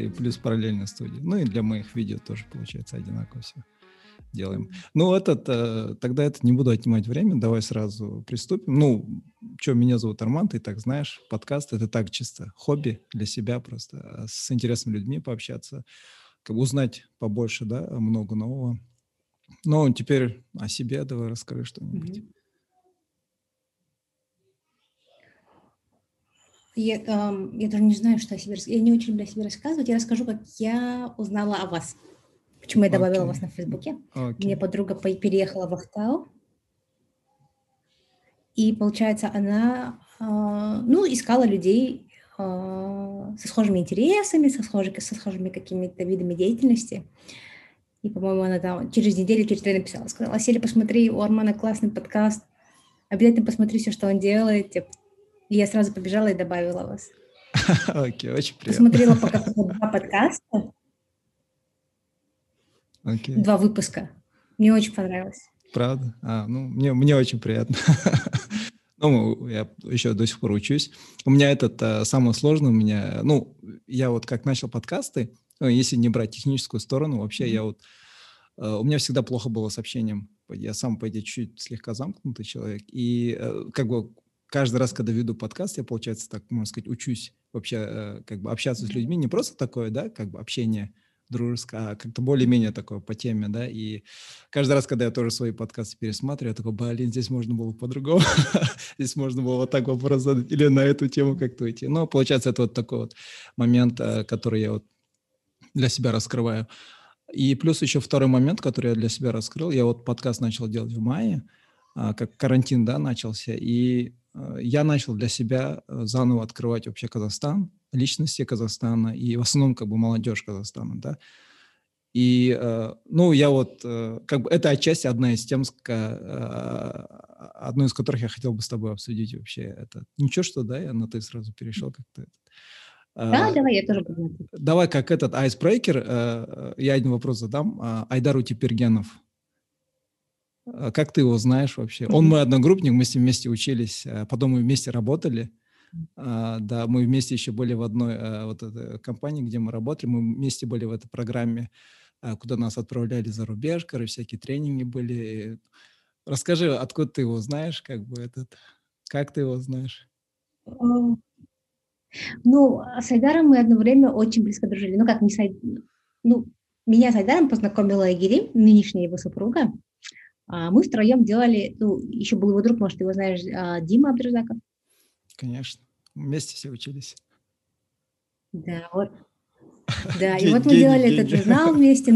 и плюс параллельно студия. Ну и для моих видео тоже получается одинаково все делаем. Ну, тогда не буду отнимать время, давай сразу приступим. Ну, меня зовут Арман, ты так знаешь, подкаст — это так чисто хобби для себя просто, с интересными людьми пообщаться, как бы узнать побольше, да, много нового. Ну, теперь о себе давай расскажи что-нибудь. Я даже не знаю, что о себе рассказать. Я не очень люблю о себе рассказывать. Я расскажу, как я узнала о вас. Почему я добавила вас на Фейсбуке. Мне подруга переехала в Ахтау. И, получается, она искала людей со схожими интересами, со схожими какими-то видами деятельности. И, по-моему, она там через неделю, через 2 написала. Сказала: Селя, посмотри, у Армана классный подкаст. Обязательно посмотри все, что он делает. И я сразу побежала и добавила вас. Окей, очень приятно. Посмотрела пока 2 подкаста. 2 выпуска. Мне очень понравилось. Правда? Мне очень приятно. Ну, я еще до сих пор учусь. У меня самое сложное, я вот как начал подкасты, если не брать техническую сторону, вообще у меня всегда плохо было с общением. Я сам, по идее, чуть слегка замкнутый человек. И как бы каждый раз, когда веду подкаст, я, получается, так, можно сказать, учусь вообще как бы общаться с людьми. Не просто такое, да, как бы общение дружеское, а как-то более-менее такое по теме, да. И каждый раз, когда я тоже свои подкасты пересматриваю, я такой: здесь можно было по-другому. Здесь можно было вот так вопрос задать или на эту тему как-то идти. Но, получается, это вот такой вот момент, который я вот для себя раскрываю. И плюс еще второй момент, который я для себя раскрыл. Я вот подкаст начал делать в мае, как карантин, да, начался. И я начал для себя заново открывать вообще Казахстан, личности Казахстана и в основном как бы молодежь Казахстана, да. И, я вот, как бы это отчасти одна из тем, одной из которых я хотел бы с тобой обсудить вообще. Это ничего, что, да, я на «ты» сразу перешел как-то. Да, давай, я тоже буду. Давай как этот айсбрейкер, я один вопрос задам. Айдар Утепергенов. Как ты его знаешь вообще? Он мой одногруппник, мы с ним вместе учились, потом мы вместе работали. Да, мы вместе еще были в одной вот этой компании, где мы работали, мы вместе были в этой программе, куда нас отправляли за рубеж, всякие тренинги были. Расскажи, откуда ты его знаешь, как ты его знаешь? С Айдаром мы одно время очень близко дружили. Меня с Айдаром познакомила Эгерим, нынешняя его супруга. Мы втроем делали, еще был его друг, может, ты его знаешь, Дима Абдразаков. Конечно, вместе все учились. Да, вот. Да, и вот мы делали этот журнал вместе.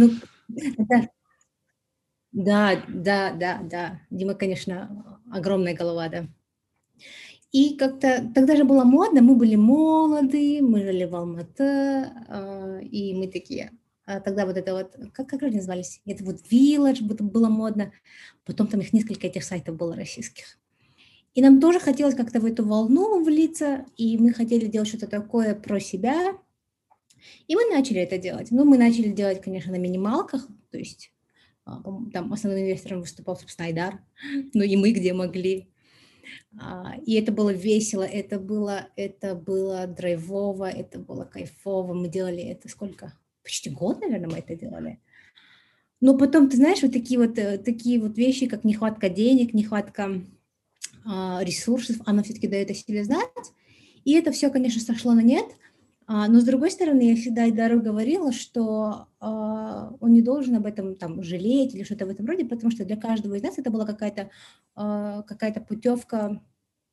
Да. Дима, конечно, огромная голова, да. И как-то тогда же было модно, мы были молоды, мы жили в Алматы, и мы такие. Тогда вот это вот, как они назывались? Это вот Village было модно. Потом там их несколько этих сайтов было российских. И нам тоже хотелось как-то в эту волну влиться, и мы хотели делать что-то такое про себя. И мы начали это делать. Мы начали делать, конечно, на минималках, то есть там основным инвестором выступал, собственно, Айдар, и мы где могли. И это было весело, это было драйвово, это было кайфово. Мы делали это сколько? Почти год, наверное, мы это делали. Но потом, ты знаешь, вот такие вот вещи, как нехватка денег, нехватка ресурсов, она все-таки дает о себе знать. И это все, конечно, сошло на нет. Но, с другой стороны, я всегда Айдару говорила, что он не должен об этом там жалеть или что-то в этом роде, потому что для каждого из нас это была какая-то путевка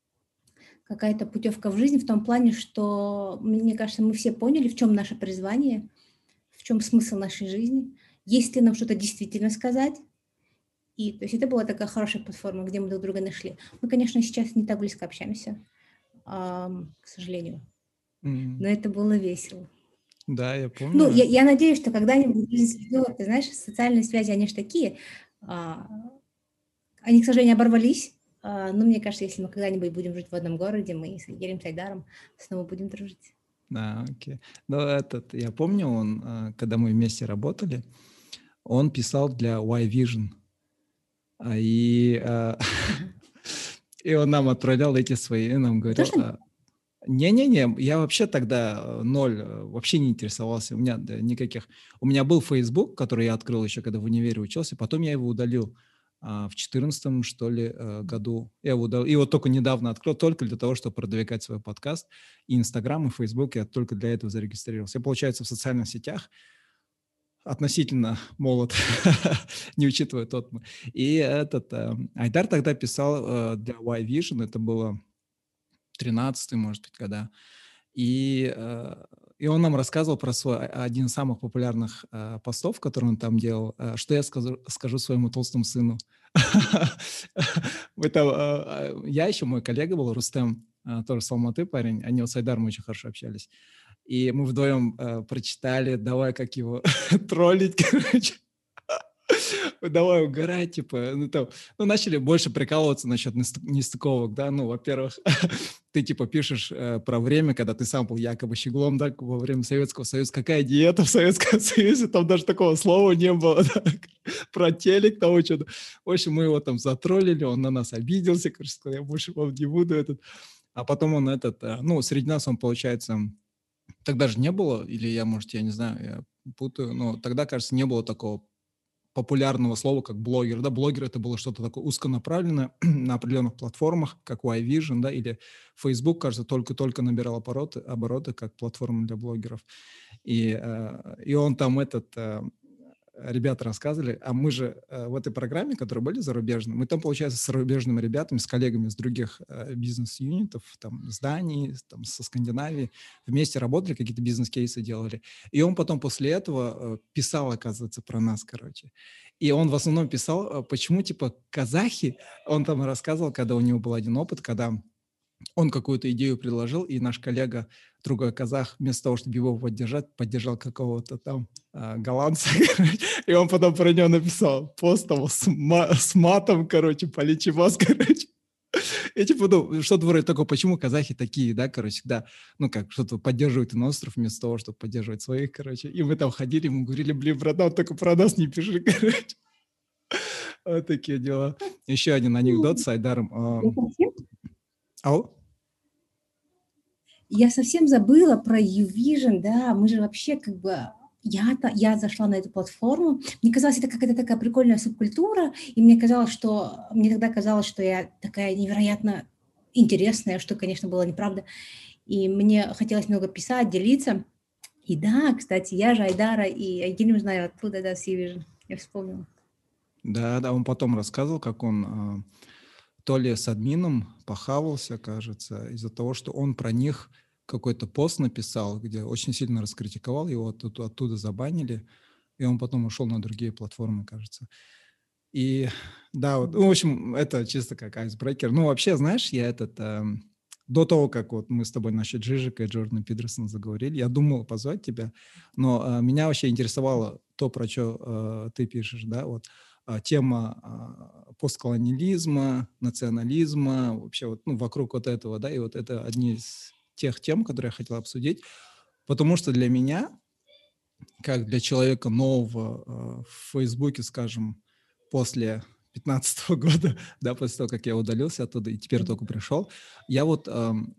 в жизнь в том плане, что, мне кажется, мы все поняли, в чем наше призвание, в чем смысл нашей жизни, есть ли нам что-то действительно сказать. И то есть это была такая хорошая платформа, где мы друг друга нашли. Мы, конечно, сейчас не так близко общаемся, к сожалению. Но это было весело. Да, я помню. Я надеюсь, что когда-нибудь, ты знаешь, социальные связи, они же такие, они, к сожалению, оборвались. Но мне кажется, если мы когда-нибудь будем жить в одном городе, мы с Игорем Сайдаром снова будем дружить. Да, окей. Я помню, когда мы вместе работали, он писал для Y-Vision. И он нам отправлял эти свои, и нам говорил... Не-не-не, я вообще тогда ноль, вообще не интересовался. У меня никаких... У меня был Facebook, который я открыл еще, когда в универе учился, потом я его удалил в 2014, что ли, году. Я его удалил. И вот только недавно открыл, только для того, чтобы продвигать свой подкаст. И Инстаграм, и Фейсбук я только для этого зарегистрировался. Я, получается, в социальных сетях относительно молод, не учитывая тот. И этот Айдар тогда писал для Y-Vision, это было 13-й, может быть, года. И он нам рассказывал про свой один из самых популярных постов, который он там делал, что я скажу своему толстому сыну. Я еще, мой коллега был, Рустем, тоже с Алматы парень, они вот с Айдаром очень хорошо общались. И мы вдвоем прочитали, давай как его троллить, короче. Давай угорать, типа, начали больше прикалываться насчет нестыковок, да, во-первых, ты, типа, пишешь про время, когда ты сам был якобы щеглом, да, во время Советского Союза, какая диета в Советском Союзе, там даже такого слова не было, да, про телек, того что-то. В общем, мы его там затроллили, он на нас обиделся, короче, сказал, я больше вам не буду а потом он среди нас он, получается, тогда же не было, или я не знаю, я путаю, но тогда, кажется, не было такого популярного слова, как блогер. Да, блогер это было что-то такое узконаправленное на определенных платформах, как Y-Vision, да, или Facebook, кажется, только-только набирал обороты как платформа для блогеров. И он там ребята рассказывали, а мы же в этой программе, которые были зарубежные, мы там, получается, с зарубежными ребятами, с коллегами из других бизнес-юнитов, там, с Дании, там, со Скандинавии, вместе работали, какие-то бизнес-кейсы делали. И он потом после этого писал, оказывается, про нас, короче. И он в основном писал, почему, типа, казахи, он там рассказывал, когда у него был один опыт, когда он какую-то идею предложил, и наш коллега, другой казах, вместо того, чтобы его поддержать, поддержал какого-то там голландца, и он потом про него написал пост там с матом, короче, полечи вас, короче. Я типа, что-то вроде такого, почему казахи такие, да, короче, да, как что-то поддерживают иностранцев вместо того, чтобы поддерживать своих, короче. И мы там ходили, ему говорили, блин, братан, только про нас не пиши, короче. Вот такие дела. Еще один анекдот с Айдаром. Ау? Я совсем забыла про YouVision, да, мы же вообще как бы... Я зашла на эту платформу, мне казалось, это какая-то такая прикольная субкультура, и мне тогда казалось, что я такая невероятно интересная, что, конечно, было неправда, и мне хотелось много писать, делиться. И да, кстати, я же Айдара, и я не знаю, откуда, да, с YouVision, я вспомнила. Да, он потом рассказывал, как он то ли с админом похавался, кажется, из-за того, что он про них какой-то пост написал, где очень сильно раскритиковал, его оттуда забанили, и он потом ушел на другие платформы, кажется. И да, в общем, это чисто как айсбрейкер. Вообще, знаешь, я до того, как вот мы с тобой насчет Жижика и Джордана Питерсона заговорили, я думал позвать тебя, но меня вообще интересовало то, про что ты пишешь, да, вот тема постколониализма, национализма, вообще вот, вокруг вот этого, да, и вот это одни из тех тем, которые я хотел обсудить, потому что для меня, как для человека нового в Фейсбуке, скажем, после 2015 года, да, после того, как я удалился оттуда и теперь только пришел, я вот,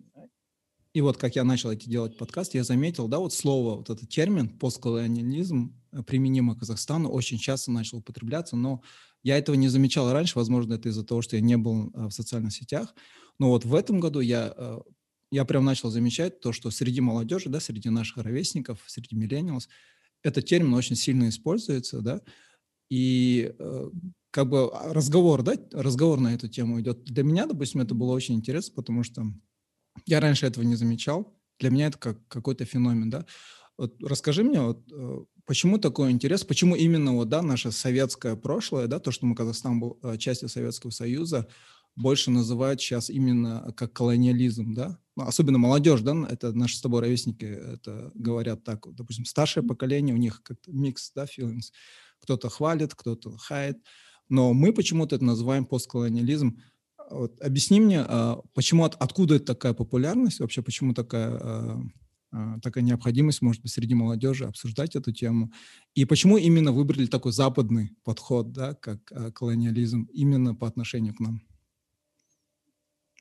и вот как я начал делать подкаст, я заметил, да, вот слово, вот этот термин постколониализм, применимо к Казахстану, очень часто начал употребляться, но я этого не замечал раньше, возможно, это из-за того, что я не был в социальных сетях, но вот в этом году я прям начал замечать то, что среди молодежи, да, среди наших ровесников, среди миллениалов, этот термин очень сильно используется, да, и как бы разговор на эту тему идет. Для меня, допустим, это было очень интересно, потому что я раньше этого не замечал. Для меня это как какой-то феномен, да. Вот расскажи мне, вот, почему такой интерес, почему именно вот, да, наше советское прошлое, да, то, что Казахстан был частью Советского Союза, больше называют сейчас именно как колониализм, да? Особенно молодежь, да, это наши с тобой ровесники это говорят так. Вот, допустим, старшее поколение, у них как-то микс, да, feelings. Кто-то хвалит, кто-то хает. Но мы почему-то это называем постколониализм. Вот, объясни мне, почему, откуда это такая популярность, вообще почему такая необходимость, может быть, среди молодежи обсуждать эту тему, и почему именно выбрали такой западный подход, да, как колониализм, именно по отношению к нам?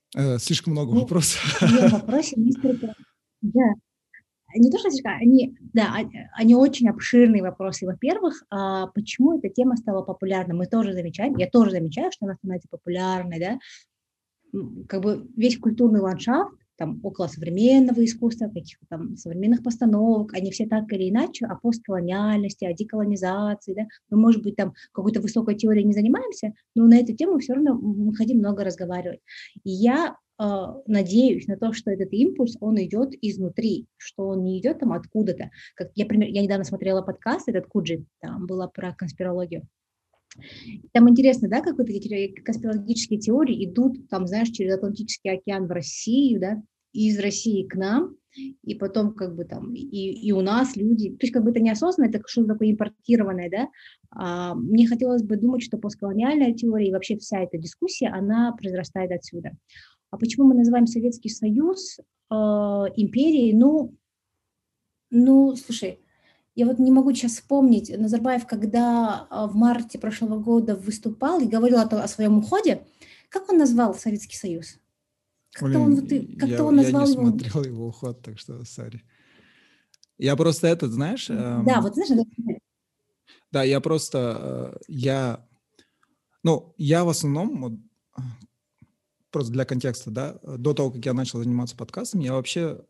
Слишком много Ну, вопросов. в твоем вопросе несколько... Да, не то, что слишком, они очень обширные вопросы. Во-первых, почему эта тема стала популярной? Я тоже замечаю, что она становится популярной, да, как бы весь культурный ландшафт, там, около современного искусства, каких-то там современных постановок, они все так или иначе о постколониальности, о деколонизации, да, мы, может быть, там какой-то высокой теорией не занимаемся, но на эту тему все равно мы хотим много разговаривать. И я надеюсь на то, что этот импульс, он идет изнутри, что он не идет там откуда-то. Как я недавно смотрела подкаст, этот Куджи, там было про конспирологию. Там интересно, да, как вот эти конспирологические теории идут, там, знаешь, через Атлантический океан в Россию, да, и из России к нам, и потом как бы там, и у нас люди, то есть как бы это неосознанно, это что-то такое импортированное, да. Мне хотелось бы думать, что постколониальная теория и вообще вся эта дискуссия, она произрастает отсюда. А почему мы называем Советский Союз империей? Ну, слушай, я вот не могу сейчас вспомнить, Назарбаев, когда в марте прошлого года выступал и говорил о своем уходе, как он назвал Советский Союз? Как-то он я назвал не его... смотрел его уход, так что, сори. Я просто знаешь... Да, вот знаешь... Да, я просто... я в основном, просто для контекста, да, до того, как я начал заниматься подкастом, я вообще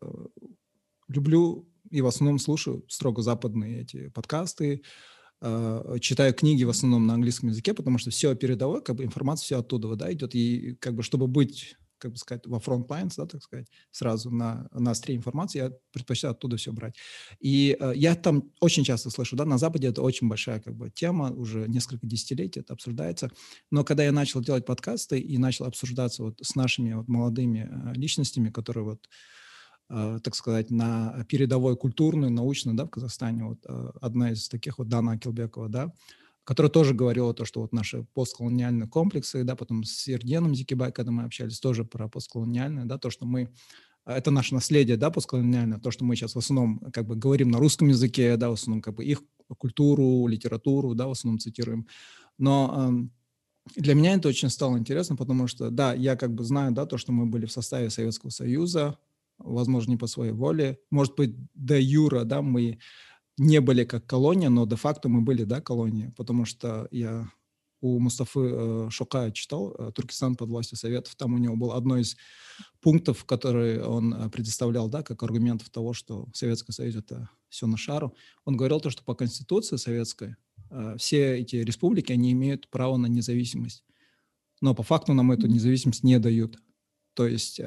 люблю и в основном слушаю строго западные эти подкасты, читаю книги в основном на английском языке, потому что все передовое, как бы информация все оттуда, да, идет, и как бы чтобы быть, как бы сказать, во фронт-лайнс, да, так сказать, сразу на острие информации, я предпочитаю оттуда все брать. И я там очень часто слышу, да, на Западе это очень большая как бы тема, уже несколько десятилетий это обсуждается, но когда я начал делать подкасты и начал обсуждаться вот с нашими вот молодыми личностями, которые вот так сказать, на передовой культурной, научной, да, в Казахстане. Вот одна из таких вот Дана Акилбекова, да, которая тоже говорила то, что вот наши постколониальные комплексы, да, потом с Ерденом Зикибай, когда мы общались, тоже про постколониальное, да, то, что мы это наше наследие, да, постколониальное, то, что мы сейчас в основном как бы говорим на русском языке, да, в основном как бы их культуру, литературу, да, в основном цитируем. Но для меня это очень стало интересно, потому что, да, я как бы знаю, да, то, что мы были в составе Советского Союза, возможно, не по своей воле. Может быть, де юра, да, мы не были как колония, но де-факто мы были, да, колонией, потому что я у Мустафы Шокая читал «Туркестан под властью Советов». Там у него был одно из пунктов, которые он предоставлял, да, как аргументов того, что Советский Союз – это все на шару. Он говорил то, что по Конституции советской все эти республики, они имеют право на независимость. Но по факту нам эту независимость не дают. То есть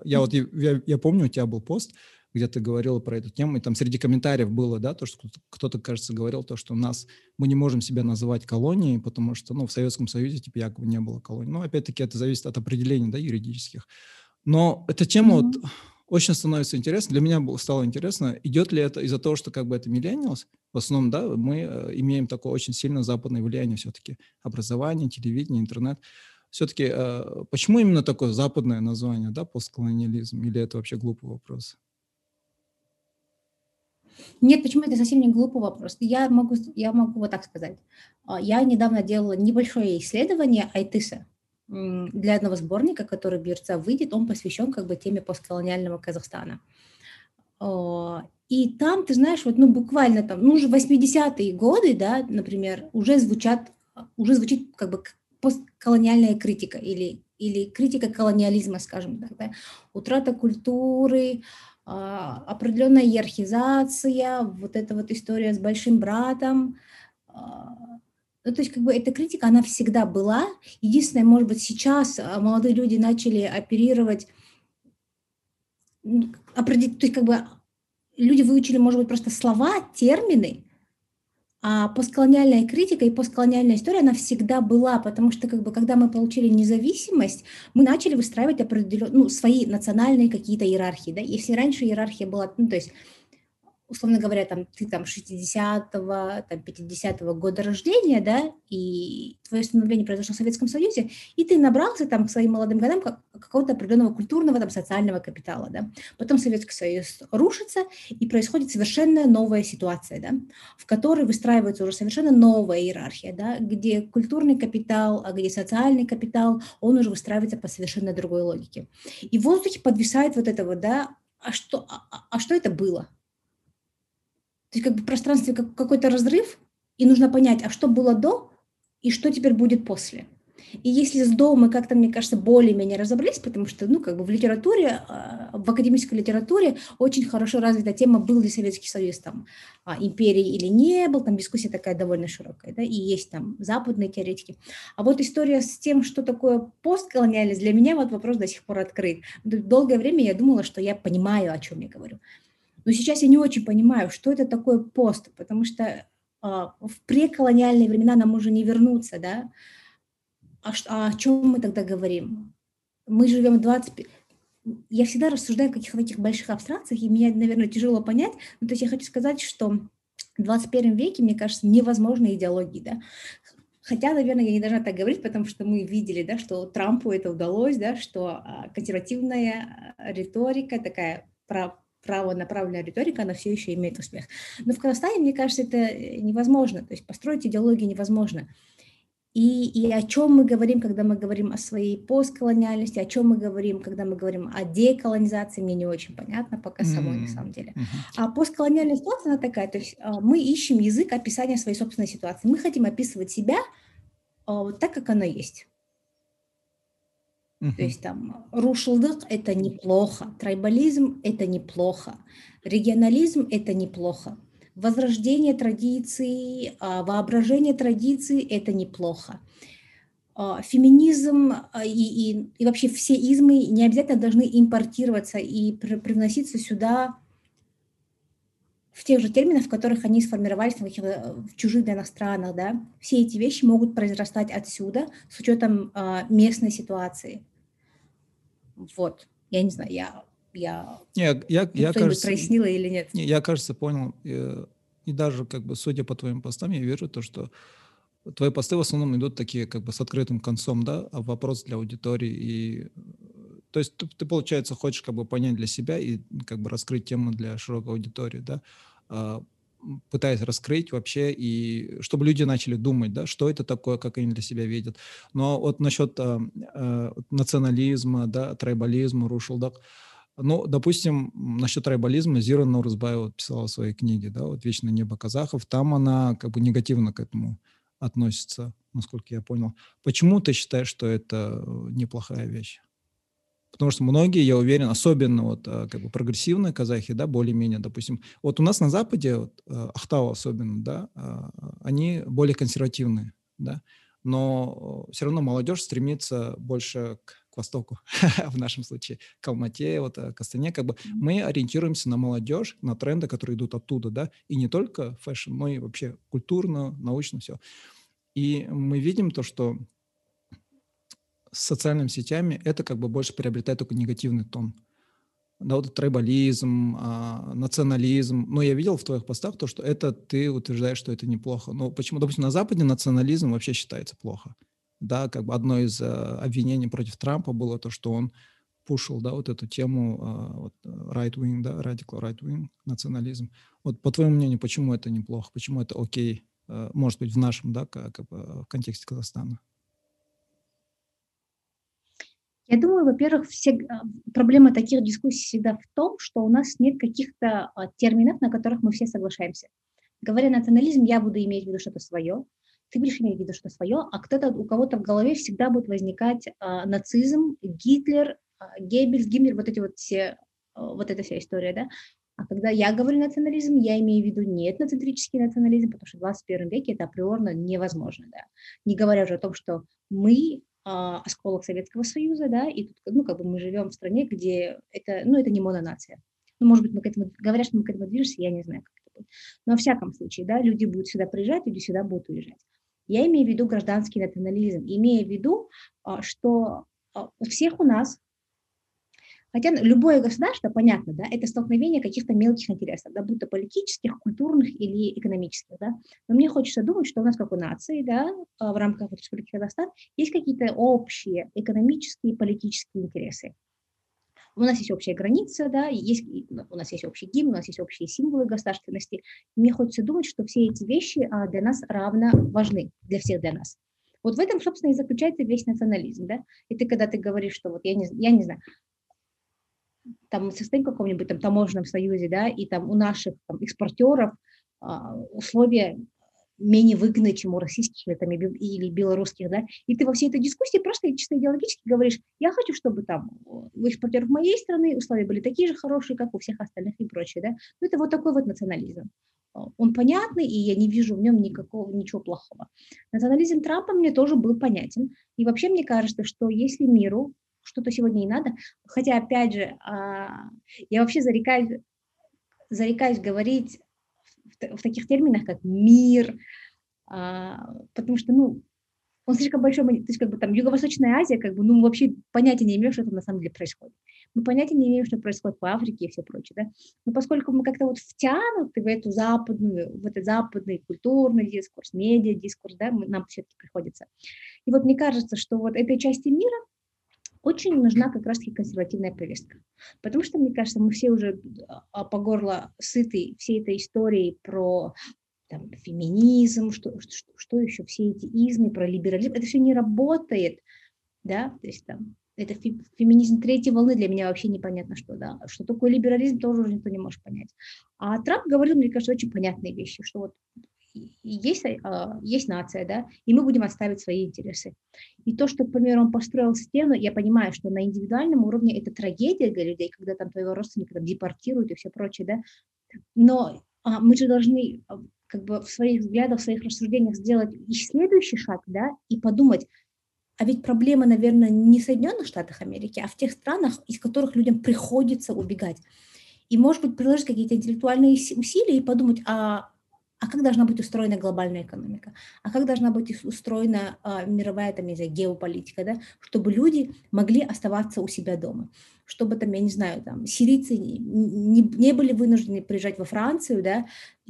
я помню, у тебя был пост, где ты говорила про эту тему, и там среди комментариев было, да, то, что кто-то, кажется, говорил то, что мы не можем себя называть колонией, потому что, в Советском Союзе, типа, якобы не было колонии. Но, опять-таки, это зависит от определений, да, юридических. Но эта тема вот очень становится интересной. Для меня стало интересно, идет ли это из-за того, что как бы это миллениалс, в основном, да, мы имеем такое очень сильно западное влияние все-таки, образование, телевидение, интернет. Все-таки почему именно такое западное название, да, постколониализм, или это вообще глупый вопрос? Нет, почему это совсем не глупый вопрос? Я могу вот так сказать. Я недавно делала небольшое исследование Айтыса для одного сборника, который в ЮРЦА выйдет, он посвящен как бы теме постколониального Казахстана. И там, ты знаешь, вот, буквально там, уже 80-е годы, да, например, уже звучит как бы постколониальная критика или критика колониализма, скажем так, да, утрата культуры, определенная иерархизация, вот эта вот история с большим братом. То есть как бы эта критика, она всегда была. Единственное, может быть, сейчас молодые люди начали оперировать, то есть как бы люди выучили, может быть, просто слова, термины, а постколониальная критика и постколониальная история, она всегда была, потому что, как бы, когда мы получили независимость, мы начали выстраивать свои национальные какие-то иерархии. Да? Если раньше иерархия была, то есть условно говоря, там, ты там 60-го, там, 50-го года рождения, да, и твое становление произошло в Советском Союзе, и ты набрался там к своим молодым годам какого-то определенного культурного, там, социального капитала, да. Потом Советский Союз рушится, и происходит совершенно новая ситуация, да, в которой выстраивается уже совершенно новая иерархия, да, где культурный капитал, а где социальный капитал, он уже выстраивается по совершенно другой логике. И в воздухе подвисает вот это вот, да, что это было? То есть как бы в пространстве какой-то разрыв, и нужно понять, а что было до и что теперь будет после. И если с до мы как-то, мне кажется, более-менее разобрались, потому что, ну, как бы в литературе, в академической литературе очень хорошо развита тема, был ли Советский Союз там империей или не был, там дискуссия такая довольно широкая, да, и есть там западные теоретики. А вот история с тем, что такое постколониальность, для меня вот вопрос до сих пор открыт. Долгое время я думала, что я понимаю, о чем я говорю. Но сейчас я не очень понимаю, что это такое пост, потому что в преколониальные времена нам уже не вернуться, да? О чем мы тогда говорим? Мы живем в 20... Я всегда рассуждаю в каких-то таких больших абстракциях, и мне, наверное, тяжело понять. Ну, то есть я хочу сказать, что в 21 веке, мне кажется, невозможны идеологии, да? Хотя, наверное, я не должна так говорить, потому что мы видели, да, что Трампу это удалось, да, что консервативная риторика, такая правонаправленная риторика, она все еще имеет успех. Но в Казахстане, мне кажется, это невозможно. То есть построить идеологию невозможно. И о чем мы говорим, когда мы говорим о своей постколониальности, о чем мы говорим, когда мы говорим о деколонизации, мне не очень понятно пока самой на самом деле. А постколониальная ситуация, она такая, то есть мы ищем язык описания своей собственной ситуации. Мы хотим описывать себя вот так, как оно есть. То есть там рушылдык – это неплохо, трайбализм – это неплохо, регионализм – это неплохо, возрождение традиций, воображение традиций – это неплохо. Феминизм и вообще все измы не обязательно должны импортироваться и привноситься сюда в тех же терминах, в которых они сформировались в чужих для нас странах. Да? Все эти вещи могут произрастать отсюда с учетом местной ситуации. Вот, я не знаю, я я что-нибудь прояснила или нет? Я, кажется, понял. И даже, как бы, судя по твоим постам, я вижу то, что твои посты в основном идут такие, как бы, с открытым концом, да, а вопрос для аудитории. И, то есть ты, получается, хочешь, как бы, понять для себя и, как бы, раскрыть тему для широкой аудитории, да, пытаясь раскрыть вообще, и чтобы люди начали думать, да, что это такое, как они для себя видят. Но вот насчет национализма, да, трайбализма, рушылдак, ну, допустим, насчет трайбализма Зира Наурызбаева писала в своей книге, да, вот «Вечное небо казахов», там она как бы негативно к этому относится, насколько я понял. Почему ты считаешь, что это неплохая вещь? Потому что многие, я уверен, особенно вот как бы прогрессивные казахи, да, более-менее, допустим, вот у нас на Западе, вот, Ахтау особенно, да, они более консервативные, да, но все равно молодежь стремится больше к востоку, в нашем случае, к Алмате, вот, к Астане, как бы мы ориентируемся на молодежь, на тренды, которые идут оттуда, да, и не только фэшн, но и вообще культурно, научно, все. И мы видим то, что с социальными сетями это как бы больше приобретает только негативный тон. Да, вот трайбализм, национализм. Но я видел в твоих постах то, что это ты утверждаешь, что это неплохо. Но почему, допустим, на Западе национализм вообще считается плохо. Да, как бы одно из обвинений против Трампа было то, что он пушил, да, вот эту тему вот, right-wing, да, radical right-wing, национализм. Вот по твоему мнению, почему это неплохо, почему это окей, может быть, в нашем, да, как бы в контексте Казахстана? Я думаю, во-первых, проблема таких дискуссий всегда в том, что у нас нет каких-то терминов, на которых мы все соглашаемся. Говоря национализм, я буду иметь в виду что-то свое, ты будешь иметь в виду что-то свое, а у кого-то в голове всегда будет возникать нацизм, Гитлер, Геббельс, Гиммлер, вот эти вот все, вот эта вся история, да. А когда я говорю национализм, я имею в виду не этноцентрический национализм, потому что в 21 веке это априорно невозможно, да. Не говоря уже о том, что мы осколок Советского Союза, да, и тут, ну, как бы мы живем в стране, где это, ну, это не мононация. Ну, может быть, мы к этому, говорят, что мы к этому движемся, я не знаю, как это будет. Но во всяком случае, да, люди будут сюда приезжать, люди сюда будут уезжать. Я имею в виду гражданский национализм, имея в виду, что у всех у нас Хотя любое государство, понятно, да, это столкновение каких-то мелких интересов, да, будь то политических, культурных или экономических, да. Но мне хочется думать, что у нас, как у нации, да, в рамках Республики Казахстан, есть какие-то общие экономические и политические интересы. У нас есть общая граница, да, у нас есть общий гимн, у нас есть общие символы государственности. Мне хочется думать, что все эти вещи для нас равно важны, для всех для нас. Вот в этом, собственно, и заключается весь национализм, да. И ты, когда ты говоришь, что вот я не знаю, там мы состоим в каком-нибудь там таможенном союзе, да, и там у наших там, экспортеров условия менее выгодные, чем у российских или белорусских, да, и ты во всей этой дискуссии просто чисто идеологически говоришь, я хочу, чтобы там у экспортеров моей страны условия были такие же хорошие, как у всех остальных и прочее, да, ну, это вот такой вот национализм. Он понятный, и я не вижу в нем ничего плохого. Национализм Трампа мне тоже был понятен, и вообще мне кажется, что если миру что-то сегодня не надо, хотя, опять же, я вообще зарекаюсь говорить в таких терминах, как мир, потому что, ну, он слишком большой, то есть как бы там Юго-Восточная Азия, как бы, ну, вообще понятия не имеем, что там на самом деле происходит. Мы понятия не имеем, что происходит в Африке и все прочее, да. Но поскольку мы как-то вот втянуты в этот западный культурный дискурс, медиа-дискурс, да, нам все-таки приходится. И вот мне кажется, что вот этой части мира очень нужна как раз-таки консервативная повестка. Потому что, мне кажется, мы все уже по горло сыты всей этой историей про там, феминизм, что еще, все эти измы, про либерализм. Это все не работает, да, то есть там это феминизм третьей волны для меня вообще непонятно что, да. Что такое либерализм, тоже уже никто не может понять. А Трамп говорил, мне кажется, очень понятные вещи, что вот есть нация, да, и мы будем отставить свои интересы. И то, что, к примеру, он построил стену, я понимаю, что на индивидуальном уровне это трагедия для людей, когда там твоего родственника там депортируют и все прочее, да, но мы же должны как бы в своих взглядах, в своих рассуждениях сделать и следующий шаг, да, и подумать, а ведь проблема, наверное, не в Соединенных Штатах Америки, а в тех странах, из которых людям приходится убегать. И, может быть, приложить какие-то интеллектуальные усилия и подумать, как должна быть устроена глобальная экономика, а как должна быть устроена мировая там, не знаю, геополитика, да, чтобы люди могли оставаться у себя дома, чтобы там, я не знаю, там, сирийцы не были вынуждены приезжать во Францию, да,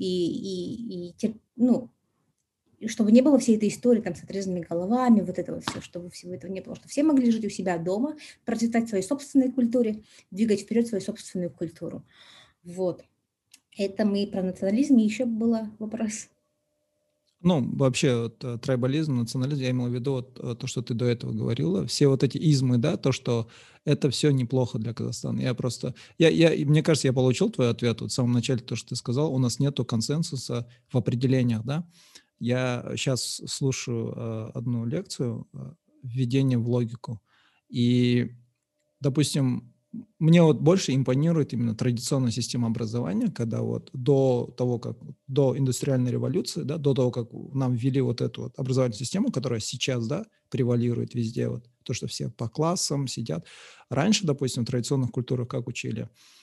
ну, и чтобы не было всей этой истории там, с отрезанными головами, вот это вот все, чтобы всего этого не было, чтобы все могли жить у себя дома, процветать в своей собственной культуре, двигать вперед свою собственную культуру. Вот. Это мы про национализм, и еще был вопрос. Ну, вообще, вот, трайбализм, национализм, я имел в виду то, что ты до этого говорила, все вот эти измы, да, то, что это все неплохо для Казахстана. Мне кажется, я получил твой ответ вот в самом начале, то, что ты сказал, у нас нету консенсуса в определениях, да. Я сейчас слушаю одну лекцию «Введение в логику», и, допустим, мне вот больше импонирует именно традиционная система образования, когда вот до индустриальной революции, да, до того, как нам ввели вот эту вот образовательную систему, которая сейчас, да, превалирует везде, вот то, что все по классам сидят. Раньше, допустим, в традиционных культурах как учили?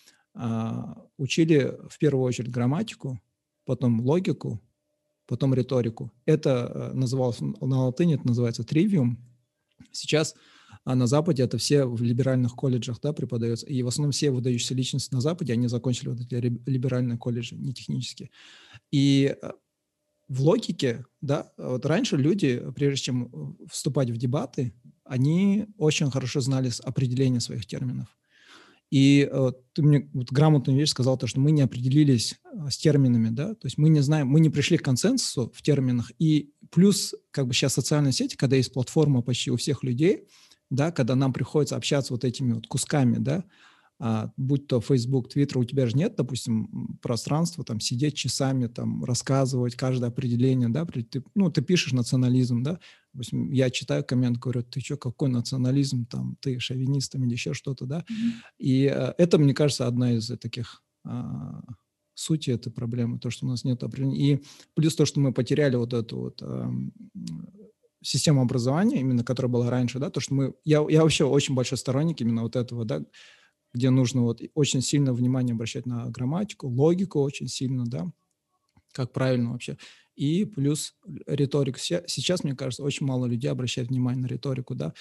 Учили в первую очередь грамматику, потом логику, потом риторику. Это называлось, на латыни это называется тривиум. Сейчас на Западе это все в либеральных колледжах, да, преподается. И в основном все выдающиеся личности на Западе, они закончили вот эти либеральные колледжи, не технические. И в логике, да, вот раньше люди, прежде чем вступать в дебаты, они очень хорошо знали определение своих терминов. И ты мне вот грамотную вещь сказал, то, что мы не определились с терминами, да, то есть мы не знаем, мы не пришли к консенсусу в терминах, и плюс как бы сейчас социальные сети, когда есть платформа почти у всех людей, да, когда нам приходится общаться вот этими вот кусками, да, будь то Facebook, Twitter, у тебя же нет, допустим, пространства, там, сидеть часами, там, рассказывать каждое определение, да, ты пишешь национализм, да, допустим, я читаю коммент, говорю, ты что, какой национализм, там, ты шовинист или еще что-то, да, и это, мне кажется, одна из таких сути этой проблемы, то, что у нас нет определения, и плюс то, что мы потеряли вот эту вот систему образования, именно которая была раньше, да, то, что я вообще очень большой сторонник именно вот этого, да, где нужно вот очень сильно внимание обращать на грамматику, логику очень сильно, да, как правильно вообще. И плюс риторика. Сейчас, мне кажется, очень мало людей обращают внимание на риторику, да.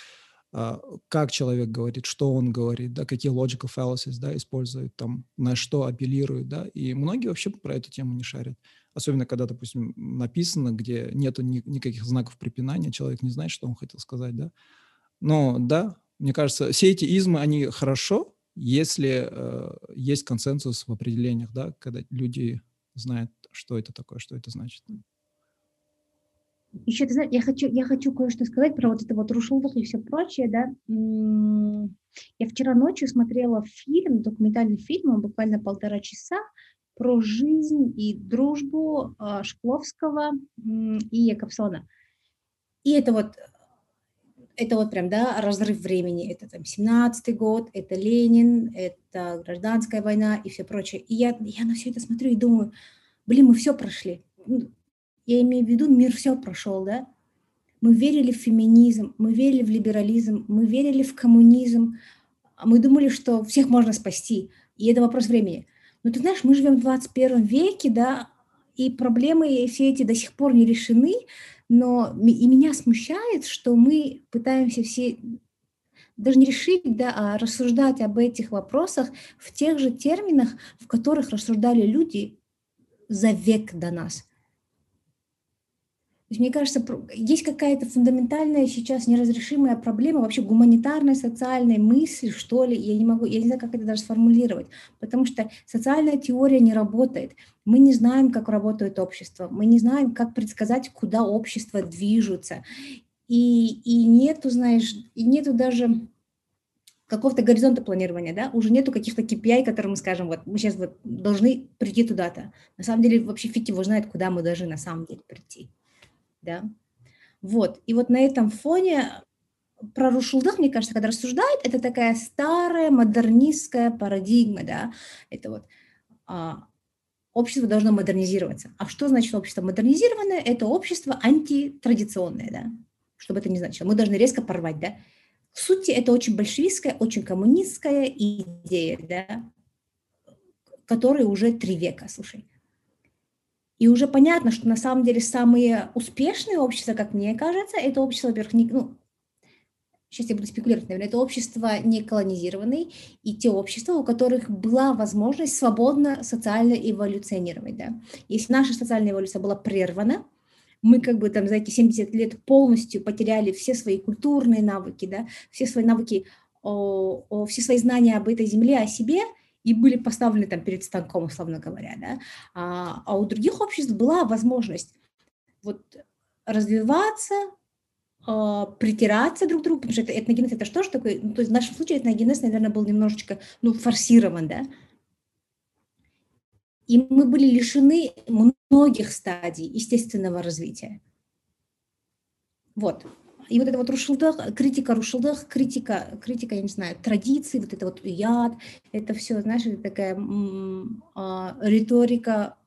как человек говорит, что он говорит, да, какие logical fallacies, да, использует, там, на что апеллирует, да, и многие вообще про эту тему не шарят. Особенно, когда, допустим, написано, где нету никаких знаков препинания, человек не знает, что он хотел сказать, да. Но, да, мне кажется, все эти измы, они хорошо, если есть консенсус в определениях, да, когда люди знают, что это такое, что это значит. Еще, ты знаешь, я хочу кое-что сказать про вот это вот Рушулдах и все прочее, да. Я вчера ночью смотрела фильм, документальный фильм, он буквально 1,5 часа, про жизнь и дружбу Шкловского и Якобсона. И это вот прям, да, разрыв времени. Это там 17-й год, это Ленин, это гражданская война и все прочее. И я на все это смотрю и думаю, блин, мы все прошли. Я имею в виду, мир все прошел, да. Мы верили в феминизм, мы верили в либерализм, мы верили в коммунизм. Мы думали, что всех можно спасти, и это вопрос времени. Но ты знаешь, мы живем в 21 веке, да, и проблемы все эти до сих пор не решены, но и меня смущает, что мы пытаемся все даже не решить, да, а рассуждать об этих вопросах в тех же терминах, в которых рассуждали люди за век до нас. То есть, мне кажется, есть какая-то фундаментальная сейчас неразрешимая проблема вообще гуманитарной, социальной мысли, что ли, я не знаю, как это даже сформулировать, потому что социальная теория не работает. Мы не знаем, как работает общество, мы не знаем, как предсказать, куда общество движется. И нету, знаешь, и нету даже какого-то горизонта планирования, да, уже нету каких-то KPI, которые мы скажем, вот мы сейчас вот должны прийти туда-то. На самом деле вообще фиг его знает, куда мы должны на самом деле прийти. Да. Вот. И вот на этом фоне про Рушулдах, мне кажется, когда рассуждают, это такая старая модернистская парадигма, да, это вот общество должно модернизироваться. А что значит общество модернизированное? Это общество антитрадиционное, да, что бы это ни значило. Мы должны резко порвать, да. В сути, это очень большевистская, очень коммунистская идея, да, которой уже 3 века, слушай. И уже понятно, что на самом деле самые успешные общества, как мне кажется, это общество, во-первых, сейчас я буду спекулировать, наверное, это общество не колонизированные и те общества, у которых была возможность свободно социально эволюционировать. Да. Если наша социальная эволюция была прервана, мы как бы там за эти 70 лет полностью потеряли все свои культурные навыки, да, все свои навыки, все свои знания об этой земле, о себе, и были поставлены там перед станком, условно говоря. Да. А у других обществ была возможность вот развиваться, притираться друг к другу, потому что этногенез это что же такое? Ну, то есть в нашем случае этногенез, наверное, был немножечко, форсирован, да. И мы были лишены многих стадий естественного развития. Вот. И вот это вот Рушулдах, критика, я не знаю, традиций, вот это вот яд, это все, знаешь, это такая риторика,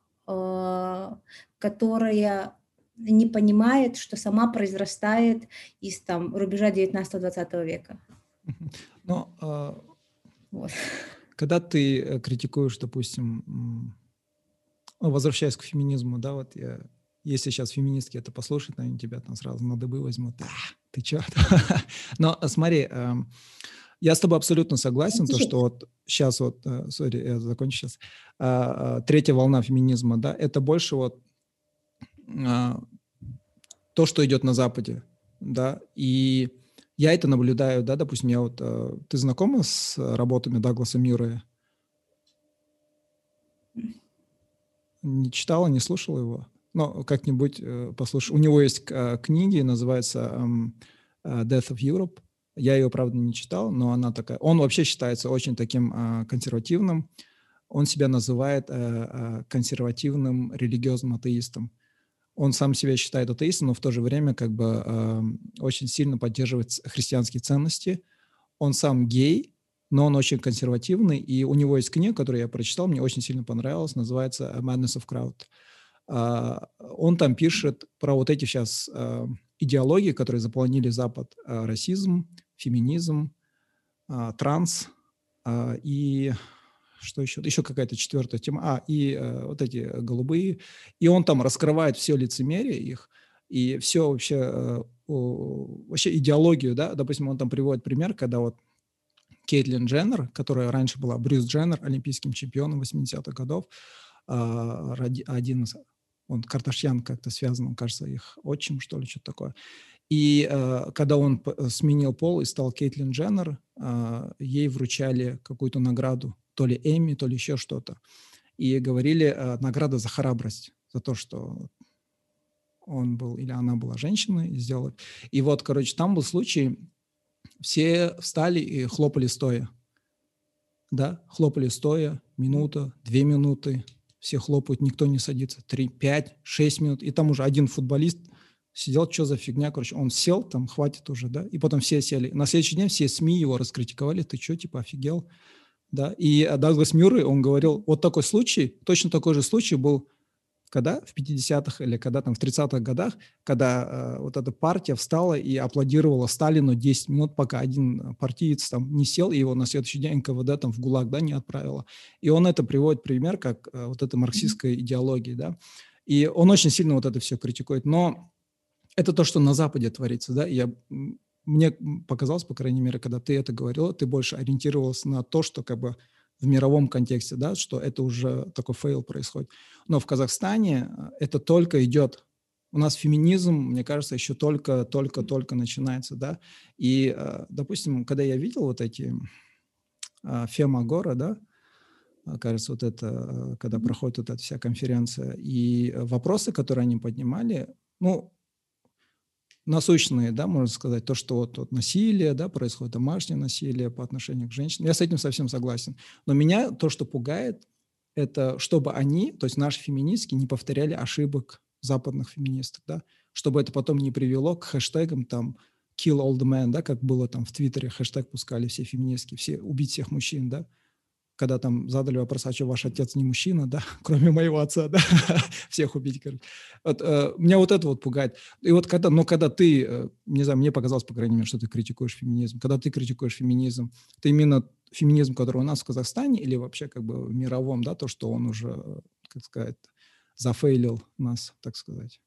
которая не понимает, что сама произрастает из там рубежа 19-20 века. Но Вот. когда ты критикуешь, допустим, возвращаясь к феминизму, да, вот если сейчас феминистки это послушают, они тебя там сразу на дыбы возьмут. Ты чё? Но смотри, я с тобой абсолютно согласен, то, что вот сейчас вот, я закончу сейчас, 3-я волна феминизма, да, это больше вот то, что идет на Западе, да, и я это наблюдаю, да, допустим, ты знакома с работами Дагласа Мюррея? Не читала, не слушала его? Но как-нибудь послушай. У него есть книги, называется Death of Europe. Я ее, правда, не читал, но она такая... Он вообще считается очень таким консервативным. Он себя называет консервативным религиозным атеистом. Он сам себя считает атеистом, но в то же время как бы очень сильно поддерживает христианские ценности. Он сам гей, но он очень консервативный, и у него есть книга, которую я прочитал, мне очень сильно понравилась, называется «Madness of Crowd». Он там пишет про вот эти сейчас идеологии, которые заполонили Запад: расизм, феминизм, транс и что еще? Еще какая-то 4-я тема. И вот эти голубые. И он там раскрывает все лицемерие их, и все вообще вообще идеологию, да, допустим, он там приводит пример, когда вот Кейтлин Дженнер, которая раньше была Брюс Дженнер, олимпийским чемпионом 80-х годов, один из, он Кардашьян как-то связан, кажется, их отчим, что ли, что-то такое. И когда он сменил пол и стал Кейтлин Дженнер, ей вручали какую-то награду, то ли Эмми, то ли еще что-то. И говорили, награда за храбрость, за то, что он был или она была женщиной, и сделали. И вот, короче, там был случай, все встали и хлопали стоя. Да, хлопали стоя, минута, 2 минуты, все хлопают, никто не садится, 3, 5, 6 минут. И там уже один футболист сидел, что за фигня, короче, он сел, там, хватит уже, да, и потом все сели. На следующий день все СМИ его раскритиковали, ты что, типа, офигел, да. И Даглас Мюррей, он говорил, вот такой случай, точно такой же случай был когда в 50-х или когда там в 30-х годах, когда вот эта партия встала и аплодировала Сталину 10 минут, пока один партиец там не сел, и его на следующий день НКВД там в ГУЛАГ, да, не отправила. И он это приводит пример, как вот эта марксистская идеология, да. И он очень сильно вот это все критикует. Но это то, что на Западе творится, да. Мне показалось, по крайней мере, когда ты это говорила, ты больше ориентировался на то, что как бы в мировом контексте, да, что это уже такой фейл происходит. Но в Казахстане это только идет. У нас феминизм, мне кажется, еще только начинается, да. И, допустим, когда я видел вот эти Фемагора, да, кажется, вот это, когда проходит вот эта вся конференция, и вопросы, которые они поднимали, ну, насущные, да, можно сказать, то, что вот насилие, да, происходит, домашнее насилие по отношению к женщинам. Я с этим совсем согласен. Но меня то, что пугает, это чтобы они, то есть наши феминистки, не повторяли ошибок западных феминисток, да, чтобы это потом не привело к хэштегам там kill all the men, да, как было там в Твиттере, хэштег пускали все феминистки, все убить всех мужчин, да, когда там задали вопрос, а что ваш отец не мужчина, да, кроме моего отца, да, всех убить, короче. Вот, меня вот это вот пугает. И вот когда ты, не знаю, мне показалось, по крайней мере, что ты критикуешь феминизм, когда ты критикуешь феминизм, ты именно феминизм, который у нас в Казахстане или вообще как бы в мировом, да, то, что он уже, как сказать, зафейлил нас, так сказать.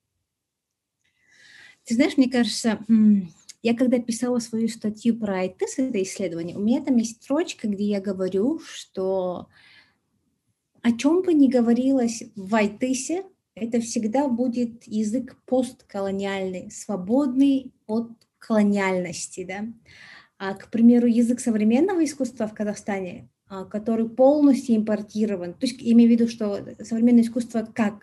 Ты знаешь, мне кажется, я когда писала свою статью про АйТИС, это исследование, у меня там есть строчка, где я говорю, что о чем бы ни говорилось в АйТИСе, это всегда будет язык постколониальный, свободный от колониальности, да. А, к примеру, язык современного искусства в Казахстане, который полностью импортирован, то есть имею в виду, что современное искусство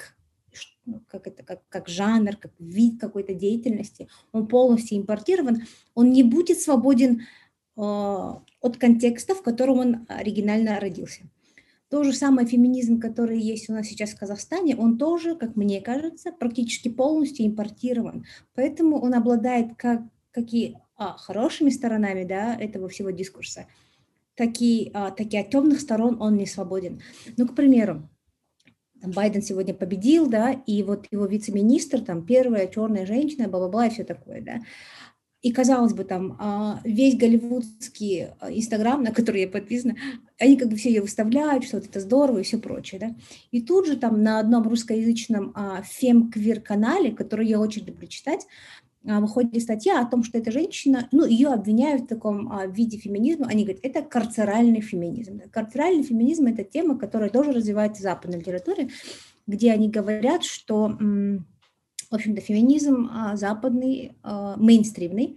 как жанр, как вид какой-то деятельности, он полностью импортирован, он не будет свободен от контекста, в котором он оригинально родился. То же самое феминизм, который есть у нас сейчас в Казахстане, он тоже, как мне кажется, практически полностью импортирован. Поэтому он обладает как и хорошими сторонами, да, этого всего дискурса, так и от темных сторон он не свободен. Ну, к примеру, Байден сегодня победил, да, и вот его вице-министр, там, первая черная женщина, бла-бла-бла, и все такое, да. И, казалось бы, там весь голливудский Инстаграм, на который я подписана, они как бы все ее выставляют, что вот это здорово и все прочее, да. И тут же там на одном русскоязычном фем-квир-канале, который я очень люблю читать, выходит статья о том, что эта женщина, ну, ее обвиняют в таком виде феминизма, они говорят, это карцеральный феминизм. Да. Карцеральный феминизм – это тема, которая тоже развивается в западной литературе, где они говорят, что, в общем-то, феминизм западный, мейнстримный,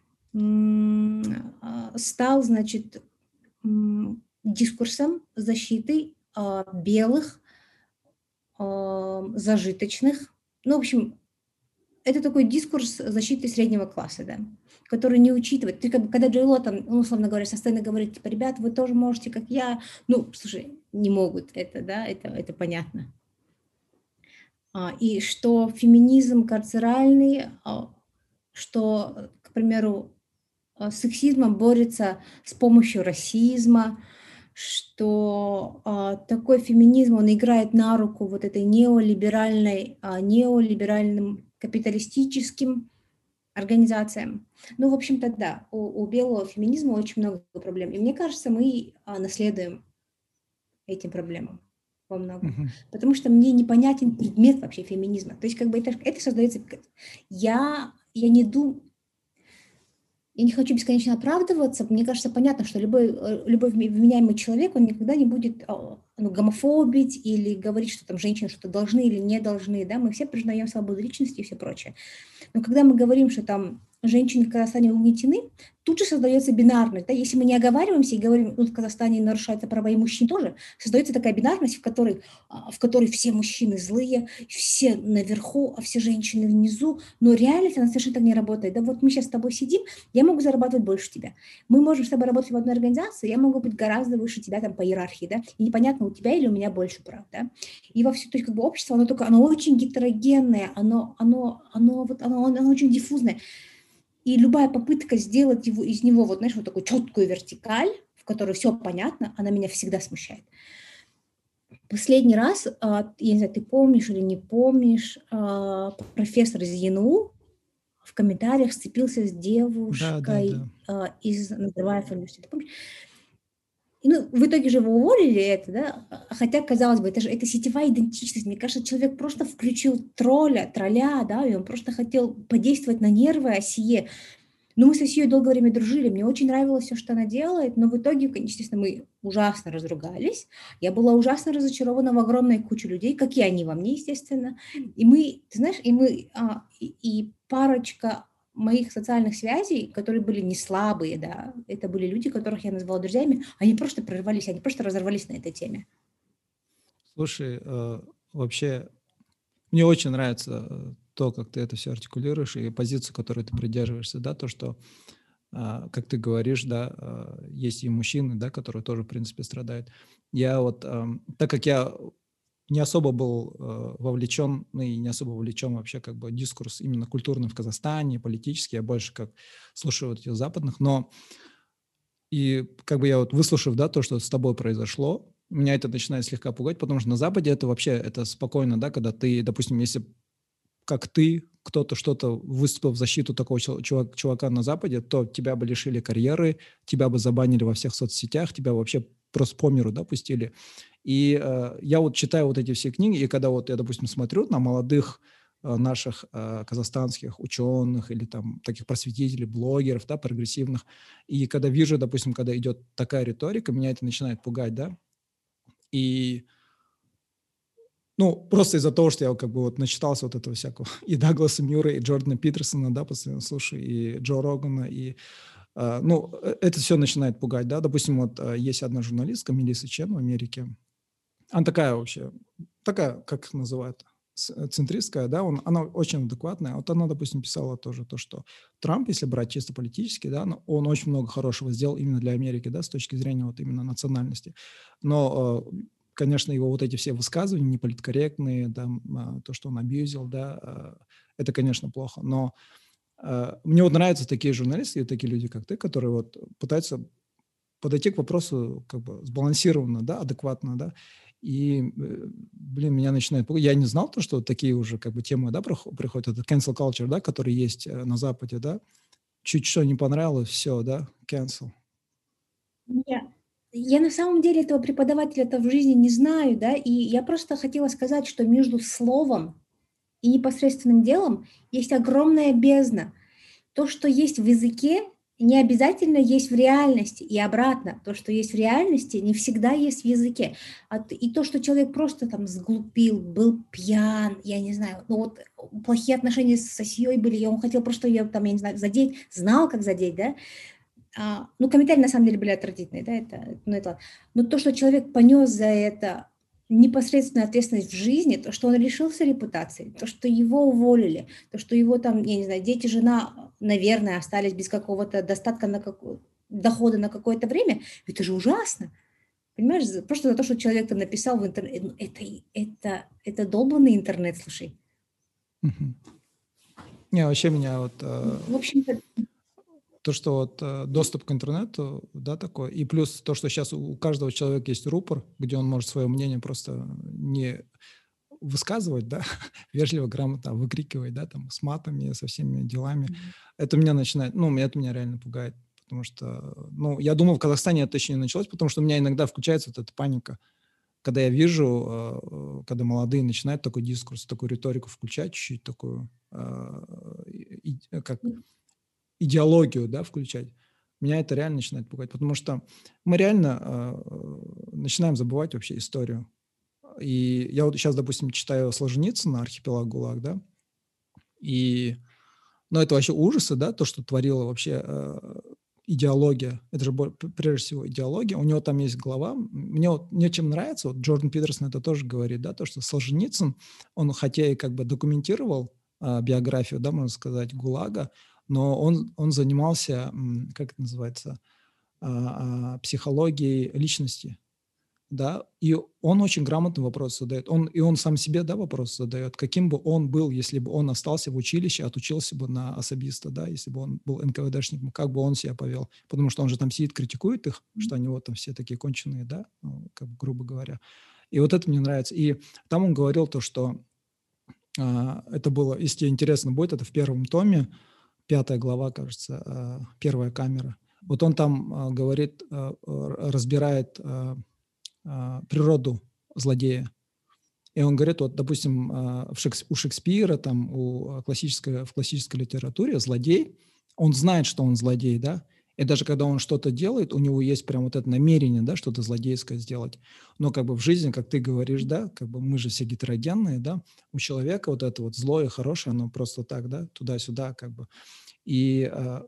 стал, значит, дискурсом защиты белых, зажиточных, ну, в общем, это такой дискурс защиты среднего класса, да, который не учитывает. Ты, когда Джей Ло, там, условно говоря, со сцены говорит, типа, ребята, вы тоже можете, как я. Ну, слушай, не могут это, да, это понятно. И что феминизм карцеральный, что, к примеру, сексизмом борется с помощью расизма, что такой феминизм, он играет на руку вот этой неолиберальным капиталистическим организациям. Ну, в общем-то, да, у белого феминизма очень много проблем. И мне кажется, мы наследуем этим проблемам во многом. Потому что мне непонятен предмет вообще феминизма. То есть как бы это создается... Я я не думаю, я не хочу бесконечно оправдываться. Мне кажется, понятно, что любой вменяемый человек, он никогда не будет гомофобить или говорить, что там женщины что-то должны или не должны. Да? Мы все признаем свободу личности и все прочее. Но когда мы говорим, что там женщины в Казахстане угнетены, тут же создается бинарность. Да? Если мы не оговариваемся и говорим, ну, в Казахстане нарушаются права и мужчин тоже, создается такая бинарность, в которой все мужчины злые, все наверху, а все женщины внизу. Но реальность, она совершенно так не работает. Да вот мы сейчас с тобой сидим, я могу зарабатывать больше тебя. Мы можем с тобой работать в одной организации, я могу быть гораздо выше тебя там по иерархии, да, и непонятно, у тебя или у меня больше прав, да. И во все, то есть как бы общество, оно очень гетерогенное, оно очень диффузное. И любая попытка сделать из него, вот, знаешь, вот такую четкую вертикаль, в которой все понятно, она меня всегда смущает. Последний раз, я не знаю, ты помнишь или не помнишь, профессор из ЕНУ в комментариях сцепился с девушкой из Назарбаева университета. Помнишь? Ну, в итоге же его уволили это, да? Хотя, казалось бы, это сетевая идентичность. Мне кажется, человек просто включил тролля, да, и он просто хотел подействовать на нервы Асие. Но мы с Асией долгое время дружили, мне очень нравилось все, что она делает, но в итоге, естественно, мы ужасно разругались. Я была ужасно разочарована в огромной куче людей, как и они во мне, естественно. И мы, ты знаешь, и парочка моих социальных связей, которые были не слабые, да, это были люди, которых я назвала друзьями, они просто прорвались, они просто разорвались на этой теме. Слушай, вообще, мне очень нравится то, как ты это все артикулируешь, и позицию, которой ты придерживаешься, да, то, что, как ты говоришь, да, есть и мужчины, да, которые тоже, в принципе, страдают. Я вот, так как я не особо был вовлечен, ну и не особо вовлечен вообще как бы дискурс именно культурный в Казахстане, политический, я больше как слушаю вот этих западных, но и как бы я вот выслушав, да, то, что с тобой произошло, меня это начинает слегка пугать, потому что на Западе это вообще, это спокойно, да, когда ты, допустим, если как ты, кто-то что-то выступил в защиту такого чувака на Западе, то тебя бы лишили карьеры, тебя бы забанили во всех соцсетях, тебя вообще просто по миру, да, пустили. И я вот читаю вот эти все книги, и когда вот я, допустим, смотрю на молодых наших казахстанских ученых или там таких просветителей, блогеров, да, прогрессивных, и когда вижу, допустим, когда идет такая риторика, меня это начинает пугать, да, и ну, просто из-за того, что я как бы вот начитался вот этого всякого и Дагласа Мюррея, и Джордана Питерсона, да, постоянно слушаю, и Джо Рогана, и, это все начинает пугать, да. Допустим, вот есть одна журналистка, Мелисса Чен в Америке, она такая вообще, такая, как их называют, центристская, да, она очень адекватная. Вот она, допустим, писала тоже то, что Трамп, если брать чисто политически, да, он очень много хорошего сделал именно для Америки, да, с точки зрения вот именно национальности. Но конечно, его вот эти все высказывания неполиткорректные, да, то, что он абьюзил, да, это, конечно, плохо. Но мне вот нравятся такие журналисты и такие люди, как ты, которые вот пытаются подойти к вопросу как бы сбалансированно, да, адекватно, да. И, блин, меня начинает пугать. Я не знал то, что такие уже как бы темы, да, приходят. Это cancel culture, да, который есть на Западе, да. Чуть что не понравилось, все, да, cancel. Я на самом деле этого преподавателя-то в жизни не знаю, да, и я просто хотела сказать, что между словом и непосредственным делом есть огромная бездна. То, что есть в языке, не обязательно есть в реальности, и обратно. То, что есть в реальности, не всегда есть в языке. И то, что человек просто там сглупил, был пьян, я не знаю, ну вот плохие отношения с Асией были, и он хотел просто ее там, я не знаю, задеть, знал, как задеть, да, ну, комментарии на самом деле были отвратительные, да, но то, что человек понес за это непосредственную ответственность в жизни, то, что он лишился репутации, то, что его уволили, то, что его там, я не знаю, дети, жена, наверное, остались без какого-то достатка дохода на какое-то время, это же ужасно. Понимаешь, просто за то, что человек там написал в интернет, это долбанный интернет, слушай. Не, вообще меня вот... В общем-то, то, что вот доступ к интернету, да, такой, и плюс то, что сейчас у каждого человека есть рупор, где он может свое мнение просто не высказывать, да, вежливо, грамотно выкрикивать, да, там, с матами, со всеми делами. Это меня начинает, ну, это меня реально пугает, потому что, ну, я думаю, в Казахстане это еще не началось, потому что у меня иногда включается вот эта паника. когда я вижу, когда молодые начинают такой дискурс, такую риторику включать, чуть-чуть такую, как идеологию, да, включать, меня это реально начинает пугать, потому что мы реально начинаем забывать вообще историю. И я вот сейчас, допустим, читаю Солженицына «Архипелаг ГУЛАГ», да, и, ну, это вообще ужасы, да, то, что творила вообще идеология, это же прежде всего идеология, у него там есть глава, мне чем нравится, вот Джордан Питерсон это тоже говорит, да, то, что Солженицын, он хотя и как бы документировал биографию, да, можно сказать, ГУЛАГа, но он занимался, как это называется, психологией личности, да, и он очень грамотный вопрос задает. Он сам себе, да, вопрос задает, каким бы он был, если бы он остался в училище, отучился бы на особиста, да, если бы он был НКВДшником, как бы он себя повел. Потому что он же там сидит, критикует их, что они вот там все такие конченые, да, ну, как бы, грубо говоря. И вот это мне нравится. И там он говорил то, что это было, если тебе интересно будет, это в первом томе, 5 глава, кажется, первая камера. Вот он там говорит, разбирает природу злодея. И он говорит, вот, допустим, у Шекспира, там, в классической литературе злодей, он знает, что он злодей, да, и даже когда он что-то делает, у него есть прям вот это намерение, да, что-то злодейское сделать. Но как бы в жизни, как ты говоришь, да, как бы мы же все гетерогенные, да, у человека вот это вот злое, хорошее, оно просто так, да, туда-сюда, как бы. И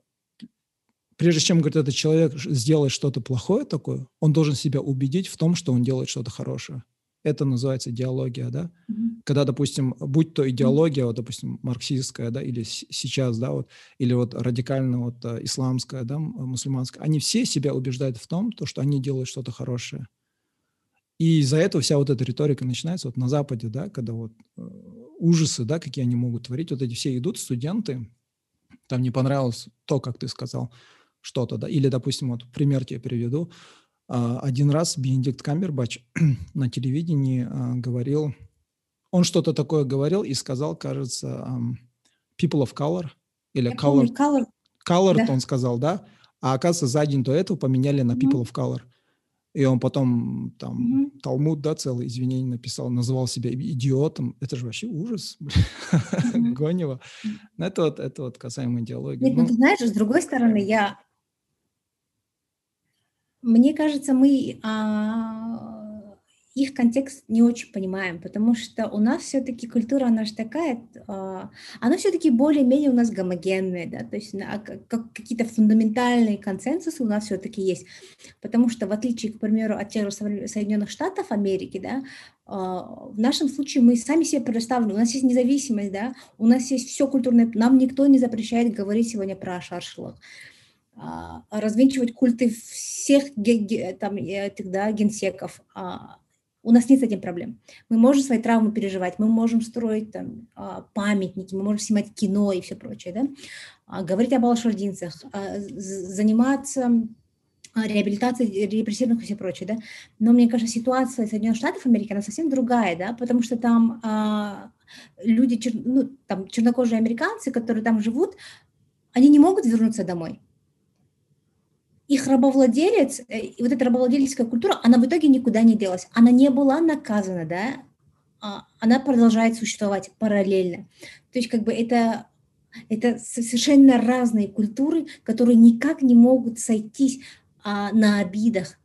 прежде чем, говорит, этот человек сделает что-то плохое такое, он должен себя убедить в том, что он делает что-то хорошее. Это называется идеология, да? Когда, допустим, будь то идеология, вот, допустим, марксистская, да, или сейчас, да, вот, или вот радикально вот исламская, да, мусульманская, они все себя убеждают в том, что они делают что-то хорошее. И из-за этого вся вот эта риторика начинается вот на Западе, да, когда вот ужасы, да, какие они могут творить, вот эти все идут студенты, там не понравилось то, как ты сказал, что-то, да, или, допустим, вот пример тебе приведу. Один раз Бенедикт Камбербэтч на телевидении говорил, он что-то такое говорил и сказал, кажется, people of color, или Я помню, Color, colored, да. он сказал, да, а оказывается, за день до этого поменяли на people of color. И он потом там Талмуд, да, целый извинение написал, называл себя идиотом. Это же вообще ужас, гонево. Но это вот касаемо идеологии. Нет, ну ты знаешь, с другой стороны, мне кажется, мы их контекст не очень понимаем, потому что у нас все-таки культура, она же такая, она все-таки более-менее у нас гомогенная, да, то есть какие-то фундаментальные консенсусы у нас все-таки есть, потому что в отличие, к примеру, от тех же Соединенных Штатов Америки, да, в нашем случае мы сами себе предоставлены, у нас есть независимость, да, у нас есть все культурное, нам никто не запрещает говорить сегодня про Ашар-Шилах, развенчивать культы всех этих, да, генсеков. У нас нет с этим проблем. Мы можем свои травмы переживать, мы можем строить там памятники, мы можем снимать кино и все прочее, да? Говорить об алшардинцах, заниматься реабилитацией репрессированных и все прочее, да? Но мне кажется, ситуация Соединенных Штатов Америки, она совсем другая, да, потому что там люди, там чернокожие американцы, которые там живут, они не могут вернуться домой. Их рабовладелец, и вот эта рабовладельческая культура, она в итоге никуда не делась. Она не была наказана, да, она продолжает существовать параллельно. То есть как бы это совершенно разные культуры, которые никак не могут сойтись на обидах,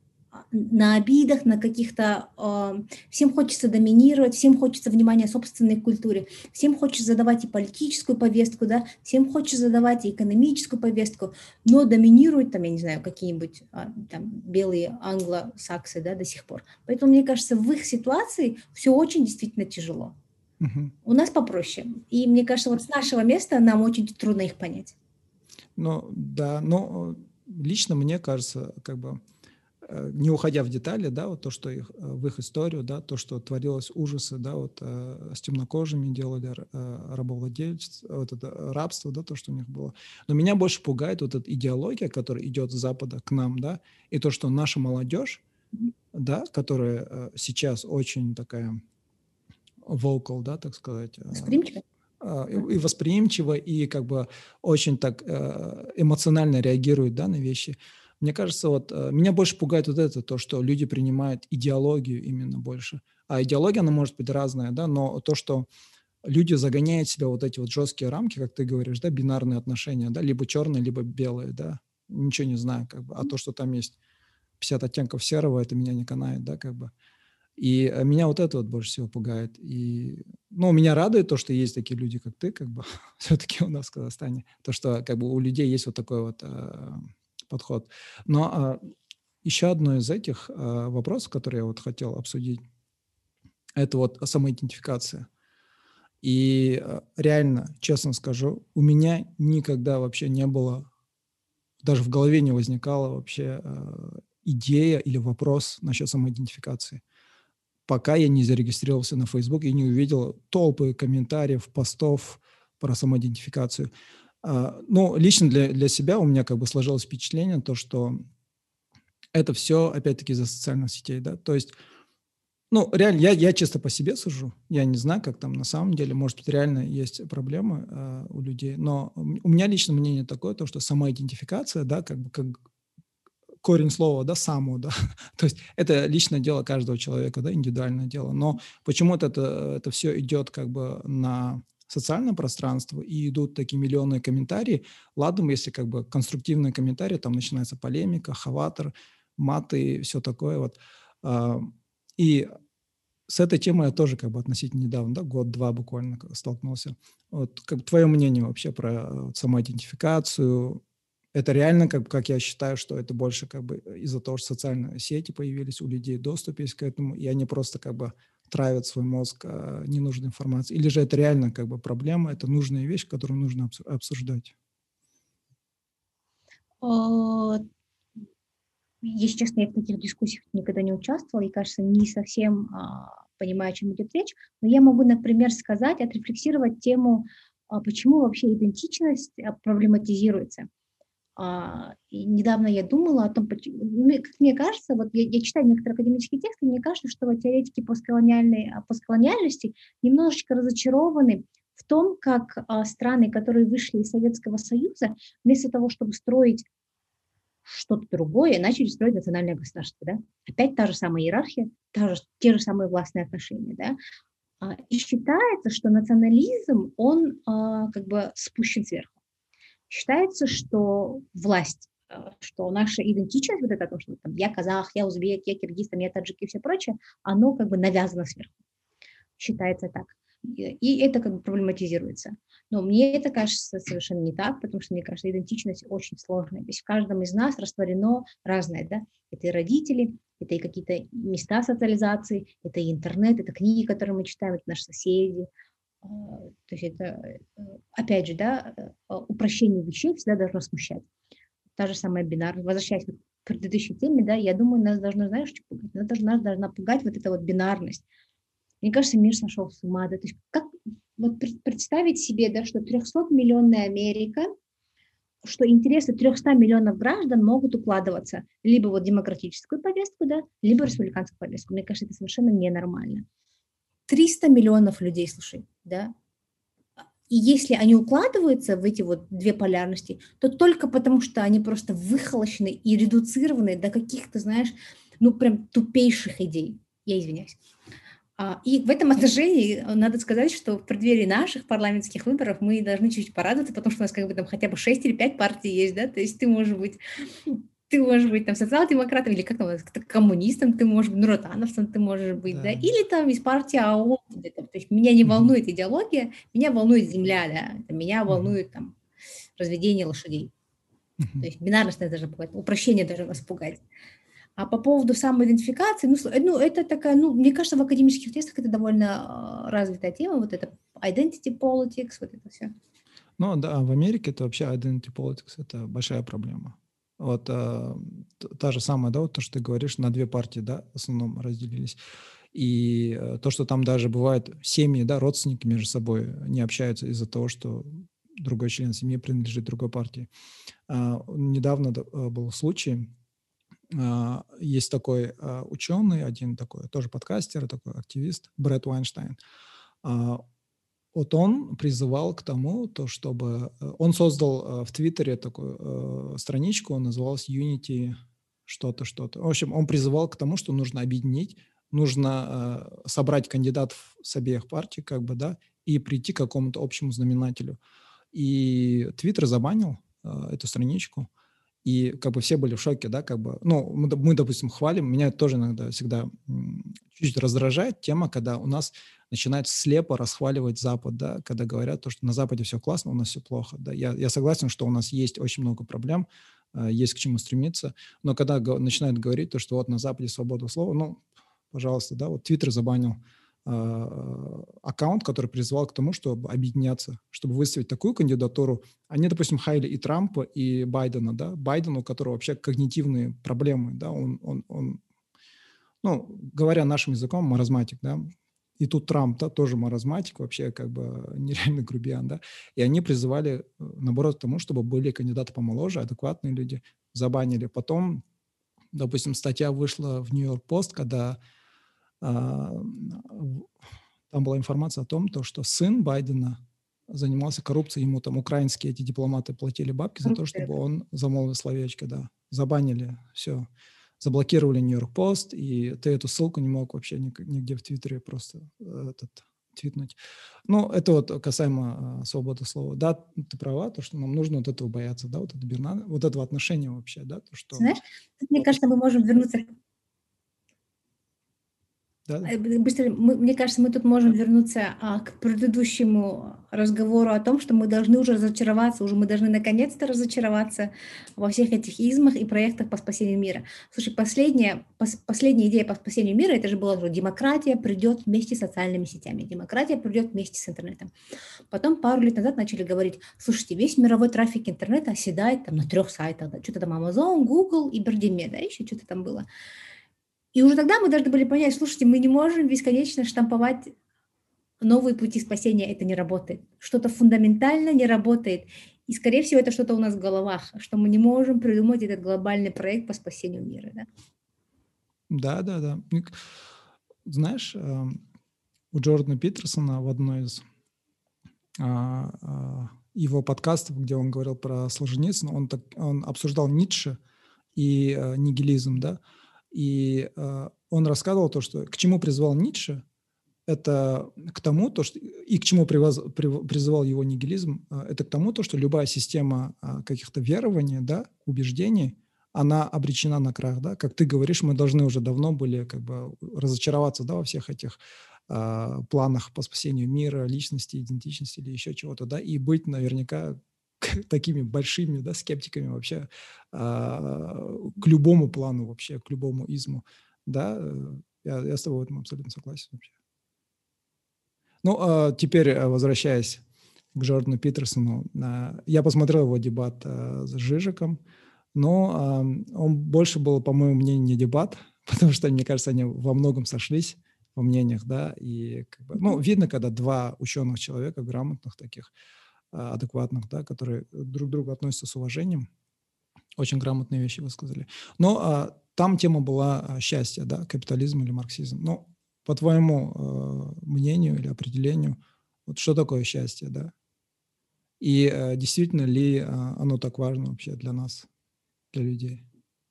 на каких-то... всем хочется доминировать, всем хочется внимания собственной культуре, всем хочется задавать и политическую повестку, да, всем хочется задавать и экономическую повестку, но доминируют там, я не знаю, какие-нибудь там белые англосаксы, да, до сих пор. Поэтому, мне кажется, в их ситуации все очень действительно тяжело. У нас попроще. И мне кажется, вот с нашего места нам очень трудно их понять. Ну, да, но лично мне кажется, как бы, не уходя в детали, да, вот то, что в их историю, да, то, что творилось ужасы, да, вот с темнокожими делали рабовладельцев, вот это рабство, да, то, что у них было. Но меня больше пугает вот эта идеология, которая идет с Запада к нам, да, и то, что наша молодежь, да, которая сейчас очень такая vocal, да, так сказать. Восприимчиво? И восприимчиво, и как бы очень так эмоционально реагирует, да, на вещи. Мне кажется, вот меня больше пугает вот это, то, что люди принимают идеологию именно больше. А идеология, она может быть разная, да, но то, что люди загоняют себя вот эти вот жесткие рамки, как ты говоришь, да, бинарные отношения, да, либо черные, либо белые, да, ничего не знаю, как бы, а то, что там есть 50 оттенков серого, это меня не канает, да, как бы. И меня вот это вот больше всего пугает. И, ну, меня радует то, что есть такие люди, как ты, как бы, все-таки у нас в Казахстане, то, что как бы у людей есть вот такой вот подход. Но еще одно из этих вопросов, который я вот хотел обсудить, это вот самоидентификация. И реально, честно скажу, у меня никогда вообще не было, даже в голове не возникала вообще идея или вопрос насчет самоидентификации, пока я не зарегистрировался на Facebook и не увидел толпы комментариев, постов про самоидентификацию. Ну, лично для себя у меня как бы сложилось впечатление, то, что это все, опять-таки, из-за социальных сетей, да, то есть, ну, реально, я чисто по себе сужу, я не знаю, как там на самом деле, может быть, реально есть проблемы у людей, но у меня лично мнение такое, то, что самоидентификация, да, как бы как корень слова, да, само, да, то есть это личное дело каждого человека, да, индивидуальное дело, но почему-то это все идет как бы на социальное пространство, и идут такие миллионные комментарии. Ладно, если как бы конструктивные комментарии, там начинается полемика, хаватор, маты и все такое вот. А, И с этой темой я тоже как бы относительно недавно, да, год-два буквально столкнулся. Вот как твое мнение вообще про самоидентификацию? Это реально, как я считаю, что это больше как бы из-за того, что социальные сети появились, у людей доступ есть к этому, и они просто как бы травят свой мозг ненужной информацией. Или же это реально как бы проблема, это нужная вещь, которую нужно обсуждать. А, Если честно, я в таких дискуссиях никогда не участвовала и, кажется, не совсем понимаю, о чем идет речь. Но я могу, например, сказать, отрефлексировать тему, почему вообще идентичность проблематизируется. И недавно я думала о том, как мне кажется, вот я читаю некоторые академические тексты, мне кажется, что вот теоретики постколониальности немножечко разочарованы в том, как страны, которые вышли из Советского Союза, вместо того, чтобы строить что-то другое, начали строить национальное государство, да? Опять та же самая иерархия, те же самые властные отношения, да? И считается, что национализм, он как бы спущен сверху. Считается, что власть, что наша идентичность, вот это, то, что там, я казах, я узбек, я киргиз, там, я таджик и все прочее, оно как бы навязано сверху. Считается так. И это как бы проблематизируется. Но мне это кажется совершенно не так, потому что, мне кажется, идентичность очень сложная. То есть в каждом из нас растворено разное, да? Это и родители, это и какие-то места социализации, это и интернет, это книги, которые мы читаем, это наши соседи. То есть это, опять же, да, упрощение вещей всегда должно смущать. Та же самая бинарность. Возвращаясь к предыдущей теме, да, я думаю, нас должно, знаешь, что пугать? Нас должна пугать вот эта вот бинарность. Мне кажется, мир сошел с ума. Да? То есть как вот представить себе, да, что 300-миллионная Америка, что интересы 300 миллионов граждан могут укладываться либо вот в демократическую повестку, да, либо в республиканскую повестку. Мне кажется, это совершенно ненормально. 300 миллионов людей, слушай, да, и если они укладываются в эти вот две полярности, то только потому, что они просто выхолощены и редуцированы до каких-то, знаешь, ну прям тупейших идей. Я извиняюсь. И в этом отношении надо сказать, что в преддверии наших парламентских выборов мы должны чуть-чуть порадоваться, потому что у нас как бы там хотя бы 6 или 5 партий есть, да, то есть ты можешь быть там социал-демократом или как там, коммунистом, ты можешь быть, ну, ротановцем ты можешь быть, да, Да. или там из партии АО, то есть меня не Мгм. волнует идеология, меня волнует земля, да, меня Мгм. волнует там разведение лошадей. То Мгм. есть бинарность нас даже пугает, упрощение даже нас пугает. А по поводу самоидентификации, ну, это такая, ну, мне кажется, в академических тестах это довольно развитая тема, вот это identity politics, вот это все. Ну да, в Америке это вообще identity politics, это большая проблема. Вот та же самая, да, вот то, что ты говоришь, на две партии, да, в основном разделились. И то, что там даже бывает семьи, да, родственники между собой не общаются из-за того, что другой член семьи принадлежит другой партии. Недавно был случай, есть такой ученый, один такой, тоже подкастер, такой активист, Брэд Вайнштейн. А, вот он призывал к тому, то, чтобы... Он создал в Твиттере такую страничку, он называлась Unity что-то, что-то. В общем, он призывал к тому, что нужно объединить, нужно собрать кандидатов с обеих партий, как бы, да, и прийти к какому-то общему знаменателю. И Твиттер забанил эту страничку, и как бы все были в шоке, да, как бы, ну, мы, допустим, хвалим, меня это тоже иногда всегда чуть-чуть раздражает тема, когда у нас начинают слепо расхваливать Запад, да, когда говорят то, что на Западе все классно, у нас все плохо, да, я согласен, что у нас есть очень много проблем, есть к чему стремиться, но когда начинают говорить то, что вот на Западе свобода слова, ну, пожалуйста, да, вот Твиттер забанил аккаунт, который призывал к тому, чтобы объединяться, чтобы выставить такую кандидатуру. Они, допустим, хайли и Трампа, и Байдена, да, Байден, у которого вообще когнитивные проблемы, да, он ну, говоря нашим языком, маразматик, да, и тут Трамп, да, тоже маразматик, вообще как бы нереальный грубиян, да, и они призывали, наоборот, к тому, чтобы были кандидаты помоложе, адекватные люди, забанили. Потом, допустим, статья вышла в Нью-Йорк Пост, когда а, там была информация о том, то, что сын Байдена занимался коррупцией, ему там украинские эти дипломаты платили бабки за то, чтобы он замолвил словечко, да. Забанили, все. Заблокировали Нью-Йорк Пост, и ты эту ссылку не мог вообще нигде в Твиттере просто твитнуть. Ну, это вот касаемо свободы слова. Да, ты права, то, что нам нужно вот этого бояться, да, вот, вот этого отношения вообще, да, то, что... Знаешь, мне кажется, мы можем вернуться Да, да. Быстро, мне кажется, мы тут можем вернуться к предыдущему разговору о том, что мы должны уже разочароваться, уже мы должны наконец-то разочароваться во всех этих измах и проектах по спасению мира. Слушай, последняя идея по спасению мира, это же было, что демократия придет вместе с социальными сетями, демократия придет вместе с интернетом. Потом пару лет назад начали говорить, слушайте, весь мировой трафик интернета оседает там на 3 сайтах, да, что-то там Amazon, Google и Бердиме, да, еще что-то там было. И уже тогда мы должны были понять, слушайте, мы не можем бесконечно штамповать новые пути спасения, это не работает. Что-то фундаментально не работает. И, скорее всего, это что-то у нас в головах, что мы не можем придумать этот глобальный проект по спасению мира. Да? Да, да, да. Знаешь, у Джордана Питерсона в одной из его подкастов, где он говорил про Солженицына, он обсуждал Ницше и нигилизм, да, и он рассказывал то, что к чему призвал Ницше, это к тому, то, что, и к чему призывал его нигилизм, это к тому, то, что любая система каких-то верований, да, убеждений, она обречена на крах, да, как ты говоришь, мы должны уже давно были как бы разочароваться, да, во всех этих планах по спасению мира, личности, идентичности или еще чего-то, да, и быть наверняка такими большими, да, скептиками вообще к любому плану вообще, к любому изму, да, я с тобой в этом абсолютно согласен вообще. Ну, теперь, возвращаясь к Джордану Питерсону, я посмотрел его дебат с Жижиком, но он больше был, по моему мнению, не дебат, потому что, мне кажется, они во многом сошлись во мнениях, да, и как бы, ну, видно, когда два ученых человека, грамотных таких, адекватных, да, которые друг к другу относятся с уважением, очень грамотные вещи высказали. Но там тема была счастье, да, капитализм или марксизм. Ну, по твоему мнению или определению, вот что такое счастье, да? И действительно ли оно так важно вообще для нас, для людей?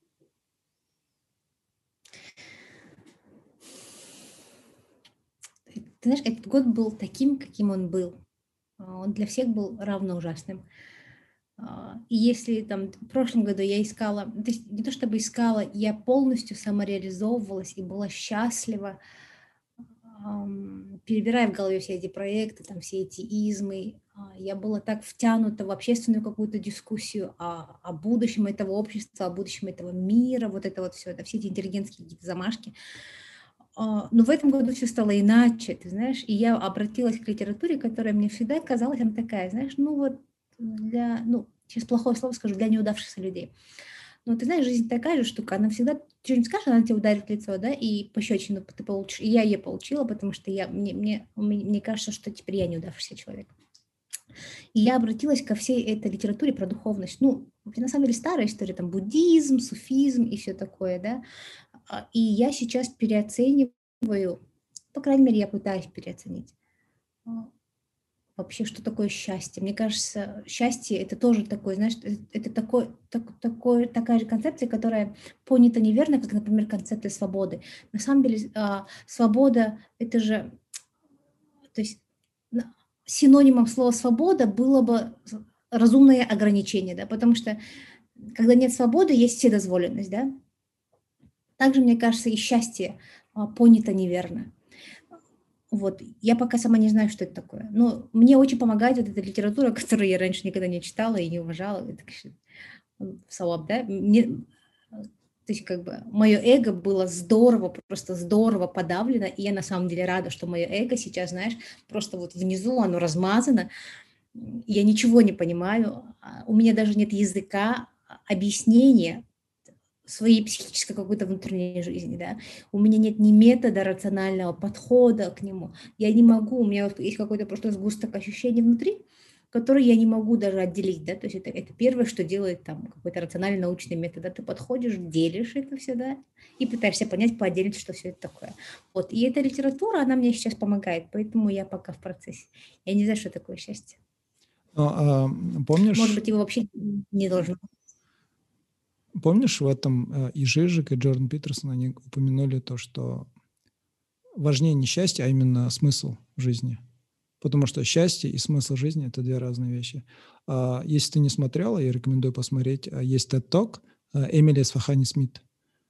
Ты знаешь, этот год был таким, каким он был. Он для всех был равно ужасным. И если там в прошлом году я искала, то есть не то чтобы искала, я полностью самореализовывалась и была счастлива, перебирая в голове все эти проекты, там все эти измы, я была так втянута в общественную какую-то дискуссию о будущем этого общества, о будущем этого мира, вот это вот все, это все эти интеллигентские какие-то замашки. Но в этом году все стало иначе, ты знаешь, и я обратилась к литературе, которая мне всегда казалась, она такая, знаешь, ну вот сейчас плохое слово скажу, для неудавшихся людей. Но ты знаешь, жизнь такая же штука, она всегда, что-нибудь скажешь, она тебе ударит в лицо, да, и пощечину ты получишь. И я ее получила, потому что мне кажется, что теперь я неудавшийся человек. И я обратилась ко всей этой литературе про духовность. Ну, на самом деле старая история, там буддизм, суфизм и все такое, да. И я сейчас переоцениваю, по крайней мере, я пытаюсь переоценить вообще, что такое счастье. Мне кажется, счастье – это тоже такое, знаешь, это такая же концепция, которая понята неверно, как, например, концепция свободы. На самом деле, свобода – это же, то есть синонимом слова «свобода» было бы разумное ограничение, да, потому что когда нет свободы, есть вседозволенность, да. Также, мне кажется, и счастье понято неверно. Вот, я пока сама не знаю, что это такое. Но мне очень помогает вот эта литература, которую я раньше никогда не читала и не уважала. Это, конечно, савап, да? То есть как бы мое эго было здорово, просто здорово подавлено, и я на самом деле рада, что мое эго сейчас, знаешь, просто вот внизу оно размазано, я ничего не понимаю, у меня даже нет языка объяснения своей психической какой-то внутренней жизни, да. У меня нет ни метода рационального подхода к нему. Я не могу, у меня вот есть какой-то просто сгусток ощущений внутри, который я не могу даже отделить, да, то есть это первое, что делает там какой-то рациональный научный метод, да, ты подходишь, делишь это все, да, и пытаешься понять по отдельности, что все это такое. Вот, и эта литература, она мне сейчас помогает, поэтому я пока в процессе. Я не знаю, что такое счастье. Ну, Может помнишь, быть, его вообще не должно. помнишь, в этом и Жижик, и Джордан Питерсон, они упомянули то, что важнее не счастье, а именно смысл жизни. Потому что счастье и смысл жизни – это две разные вещи. Если ты не смотрела, я рекомендую посмотреть. Есть TED Talk Эмили Эсфахани Смит.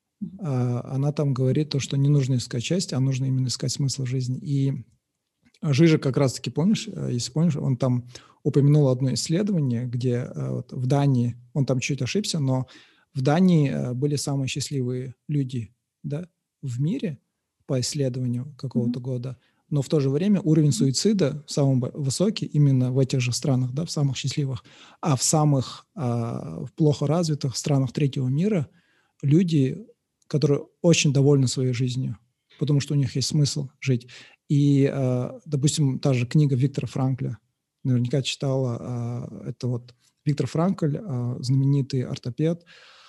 Она там говорит то, что не нужно искать счастье, а нужно именно искать смысл жизни. И Жижик как раз-таки, помнишь, если помнишь, он там упомянул одно исследование, где вот в Дании, он там чуть ошибся, но в Дании были самые счастливые люди, да, в мире по исследованию какого-то года, но в то же время уровень суицида самый высокий именно в этих же странах, да, в самых счастливых, а в самых плохо развитых странах третьего мира люди, которые очень довольны своей жизнью, потому что у них есть смысл жить. И, допустим, та же книга Виктора Франкля, наверняка читала, это вот Виктор Франкль, знаменитый ортопед,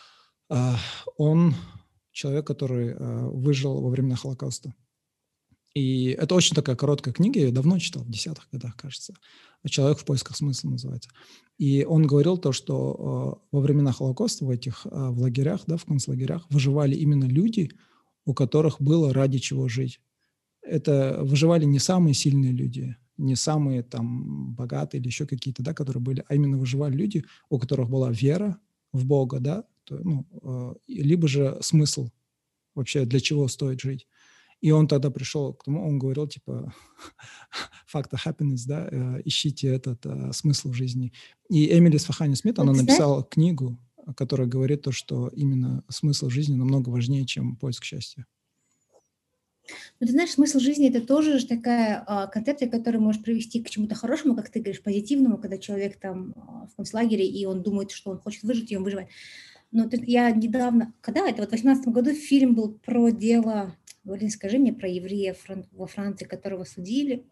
он человек, который выжил во времена Холокоста. И это очень такая короткая книга, я ее давно читал, в 10-х годах, кажется. «Человек в поисках смысла» называется. И он говорил то, что во времена Холокоста в этих в лагерях, да, в концлагерях выживали именно люди, у которых было ради чего жить. Это выживали не самые сильные люди, не самые там богатые или еще какие-то, да, которые были, а именно выживали люди, у которых была вера в Бога, да, либо же смысл вообще, для чего стоит жить. И он тогда пришел к тому, он говорил, типа, факт happiness, да, ищите этот смысл в жизни. И Эмили Эсфахани Смит, она написала книгу, которая говорит то, что именно смысл жизни намного важнее, чем поиск счастья. Ну, ты знаешь, смысл жизни – это тоже же такая концепция, которая может привести к чему-то хорошему, как ты говоришь, позитивному, когда человек там в концлагере, и он думает, что он хочет выжить, и он выживает. Но я недавно, когда это, вот в 2018 году фильм был про дело, Валерий, скажи мне, про еврея во Франции, которого судили.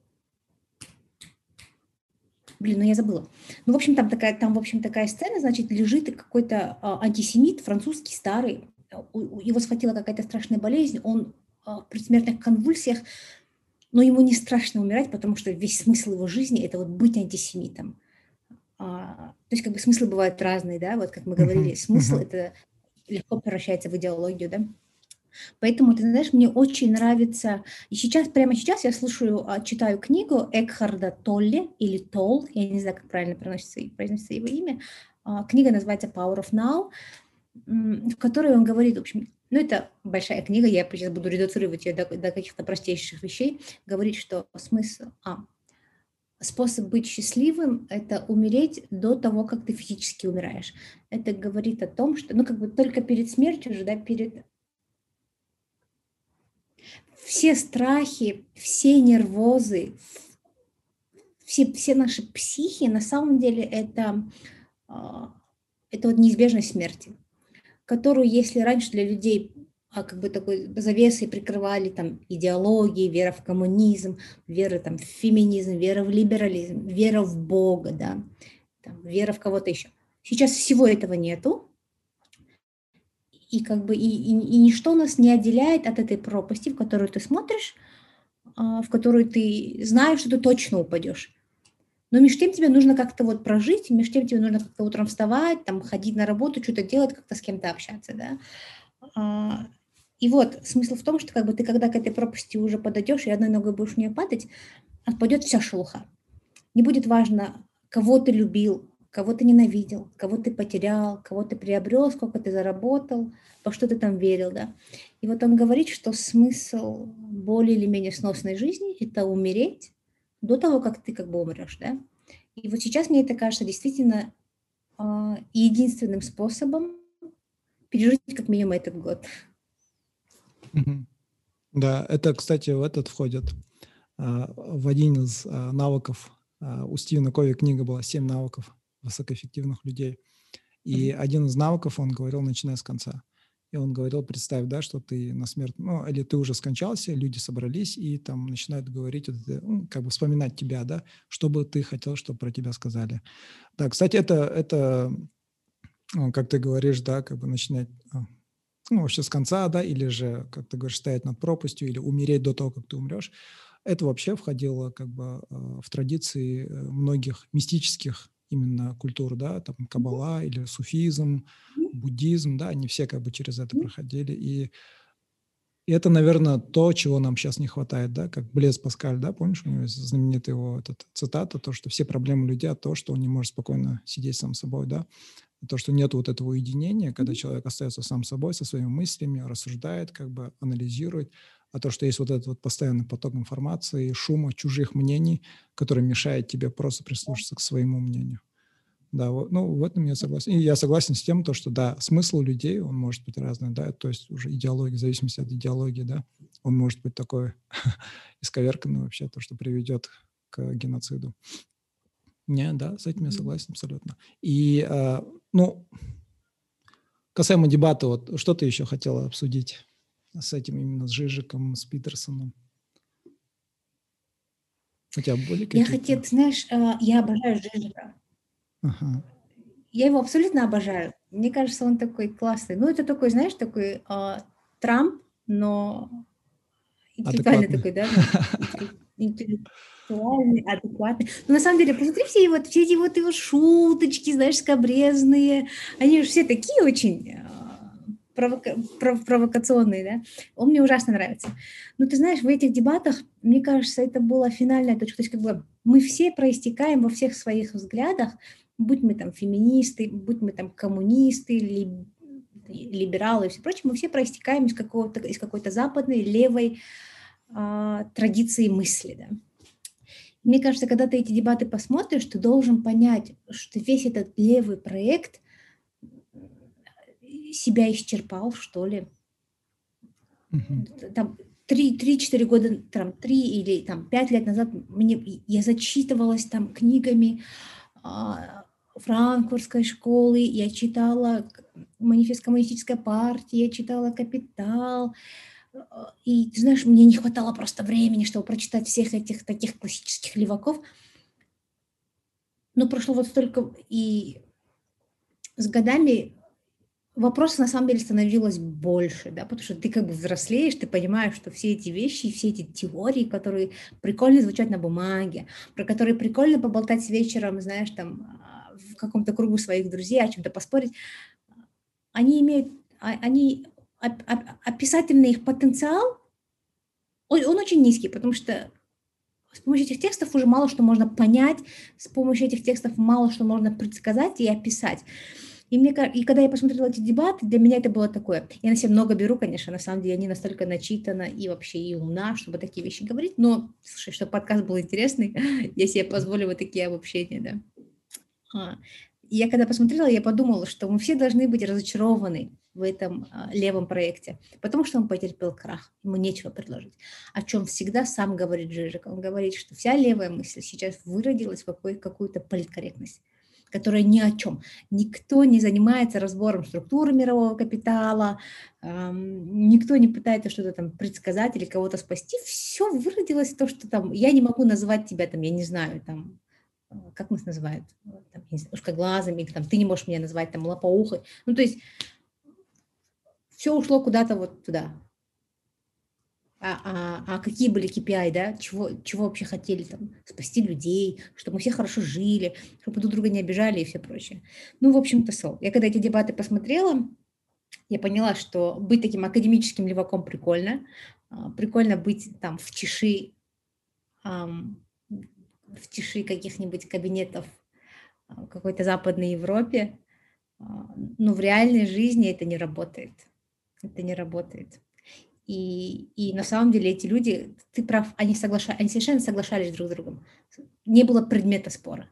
Блин, ну я забыла. Ну, в общем, там такая сцена, значит, лежит какой-то антисемит, французский, старый, его схватила какая-то страшная болезнь, он в предсмертных конвульсиях, но ему не страшно умирать, потому что весь смысл его жизни – это вот быть антисемитом. То есть как бы смыслы бывают разные, да, вот как мы говорили, смысл – это легко превращается в идеологию, да. Поэтому, ты знаешь, мне очень нравится, и прямо сейчас я читаю книгу Экхарда Толле, или Толл, я не знаю, как правильно произносится его имя, книга называется Power of Now, в которой он говорит, в общем, ну, это большая книга, я сейчас буду редуцировать ее до каких-то простейших вещей, говорит, что способ быть счастливым – это умереть до того, как ты физически умираешь. Это говорит о том, что, ну, как бы только перед смертью же, да, все страхи, все нервозы, все наши психи, на самом деле, это вот неизбежность смерти, которую, если раньше для людей как бы такой завесой прикрывали там идеологии, вера в коммунизм, вера там в феминизм, вера в либерализм, вера в Бога, да, там, вера в кого-то еще. Сейчас всего этого нету, и как бы и ничто нас не отделяет от этой пропасти, в которую ты смотришь, в которую ты знаешь, что ты точно упадешь. Но между тем тебе нужно как-то вот прожить, между тем тебе нужно как-то утром вставать, там, ходить на работу, что-то делать, как-то с кем-то общаться, да. И вот смысл в том, что как бы ты когда к этой пропасти уже подойдешь и одной ногой будешь в нее падать, отпадет вся шелуха. Не будет важно, кого ты любил, кого ты ненавидел, кого ты потерял, кого ты приобрел, сколько ты заработал, во что ты там верил, да. И вот он говорит, что смысл более или менее сносной жизни – это умереть до того, как ты как бы умрешь, да. И вот сейчас мне это кажется действительно единственным способом пережить как минимум этот год. Да, это, кстати, в этот входит в один из навыков. У Стивена Кови книга была «7 навыков высокоэффективных людей». И один из навыков, он говорил, начиная с конца. И он говорил, представь, да, что ты на смерть, ну, или ты уже скончался, люди собрались и там начинают говорить, как бы вспоминать тебя, да, что бы ты хотел, чтобы про тебя сказали. Да, кстати, это как ты говоришь, да, как бы начинать, вообще с конца, да, или же, как ты говоришь, стоять над пропастью, или умереть до того, как ты умрешь. Это вообще входило как бы в традиции многих мистических именно культур, да, там каббала или суфизм, буддизм, да, они все как бы через это проходили. И это, наверное, то, чего нам сейчас не хватает, да, как Блез Паскаль, да, помнишь, у него есть знаменитая его цитата, то, что все проблемы людей от того, что он не может спокойно сидеть сам собой, да, то, что нет вот этого уединения, когда человек остается сам собой, со своими мыслями, рассуждает, как бы анализирует, а то, что есть вот этот вот постоянный поток информации, шума, чужих мнений, который мешает тебе просто прислушаться к своему мнению. Да, ну, в этом я согласен. И я согласен с тем, то, что, да, смысл у людей, он может быть разный, да, то есть уже идеология, в зависимости от идеологии, да, он может быть такой исковерканный вообще, то, что приведет к геноциду. Не, да, с этим я согласен абсолютно. И, ну, касаемо дебата, вот что ты еще хотела обсудить с этим именно, с Жижиком, с Питерсоном? У тебя были какие-то? Я хотела, ты знаешь, я обожаю Жижика. Ага. Я его абсолютно обожаю. Мне кажется, он такой классный. Ну, это такой, знаешь, такой Трамп, но интеллектуальный Адекватный. такой, да, интеллектуальный, адекватный. Но на самом деле, посмотри, все эти вот его шуточки, знаешь, скабрезные, они же все такие очень провокационные, да. Он мне ужасно нравится. Но ты знаешь, в этих дебатах, мне кажется, это была финальная точка. То есть как бы мы все проистекаем во всех своих взглядах, будь мы там феминисты, будь мы там коммунисты, либералы и все прочее, мы все проистекаем из какой-то западной, левой традиции мысли. Да. Мне кажется, когда ты эти дебаты посмотришь, ты должен понять, что весь этот левый проект себя исчерпал, что ли. Там 3-4 года, там, 3 или там, 5 лет назад я зачитывалась там книгами франкфуртской школы, я читала манифест коммунистической партии, я читала «Капитал». И, ты знаешь, мне не хватало просто времени, чтобы прочитать всех этих таких классических леваков. Но прошло вот столько, и с годами вопросов на самом деле становилось больше, да, потому что ты как бы взрослеешь, ты понимаешь, что все эти вещи, все эти теории, которые прикольно звучат на бумаге, про которые прикольно поболтать с вечером, знаешь, там, в каком-то кругу своих друзей, о чем-то поспорить, они имеют, описательный их потенциал, он очень низкий, потому что с помощью этих текстов уже мало что можно понять, с помощью этих текстов мало что можно предсказать и описать. И когда я посмотрела эти дебаты, для меня это было такое. Я на себя много беру, конечно, на самом деле я не настолько начитана и вообще и умна, чтобы такие вещи говорить, но, слушай, чтобы подкаст был интересный, я себе позволю вот такие обобщения, да. И я когда посмотрела, я подумала, что мы все должны быть разочарованы в этом левом проекте, потому что он потерпел крах, ему нечего предложить. О чем всегда сам говорит Жижик. Он говорит, что вся левая мысль сейчас выродилась в какую-то политкорректность, которая ни о чем. Никто не занимается разбором структуры мирового капитала, никто не пытается что-то там предсказать или кого-то спасти. Все выродилось в то, что там я не могу назвать тебя там, я не знаю, там, как нас называют, там, узкоглазыми, или там, ты не можешь меня назвать там лопоухой. Ну, то есть все ушло куда-то вот туда. А какие были KPI, да? Чего вообще хотели там? Спасти людей, чтобы мы все хорошо жили, чтобы друг друга не обижали и все прочее. Ну, в общем-то, Я когда эти дебаты посмотрела, я поняла, что быть таким академическим леваком прикольно. Прикольно быть там ам, в тиши каких-нибудь кабинетов в какой-то Западной Европе. Но в реальной жизни это не работает. Это не работает. И на самом деле эти люди, ты прав, они совершенно соглашались друг с другом. Не было предмета спора.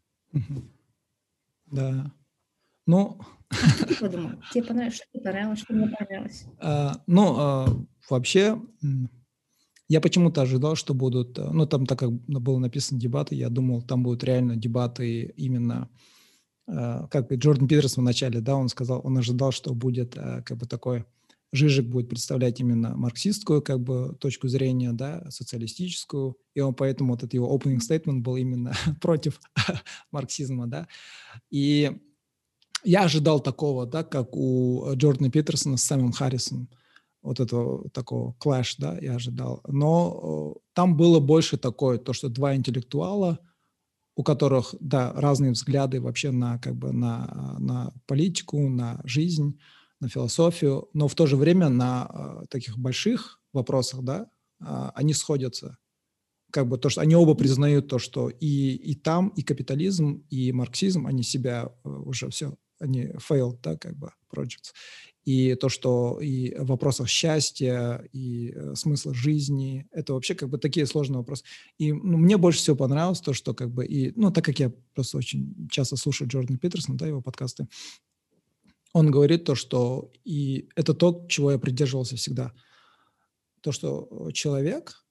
Да. Ну, А что ты подумал? Тебе понравилось? Что тебе понравилось? Что мне понравилось? Вообще, я почему-то ожидал, что будут, ну, там, так как было написано дебаты, я думал, там будут реально дебаты именно, как и Джордан Питерсон в начале, да, он сказал, он ожидал, что будет как бы такой, Жижик будет представлять именно марксистскую как бы точку зрения, да, социалистическую, и он поэтому вот этот его opening statement был именно против марксизма, да, и я ожидал такого, да, как у Джордана Питерсона с Сэмом Харрисоном, вот этого такого клэш, да, я ожидал. Но там было больше такое, то, что два интеллектуала, у которых, да, разные взгляды вообще на, как бы, на политику, на жизнь, на философию, но в то же время на таких больших вопросах, да, они сходятся. Как бы то, что они оба признают то, что и там, и капитализм, и марксизм, они себя уже все, они failed, да, как бы projects. И то, что и в вопросах счастья, и смысла жизни, это вообще как бы такие сложные вопросы. И мне больше всего понравилось то, что как бы и, ну, так как я просто очень часто слушаю Джордана Питерсона, да, его подкасты, он говорит то, что и это то, чего я придерживался всегда. То, что человек,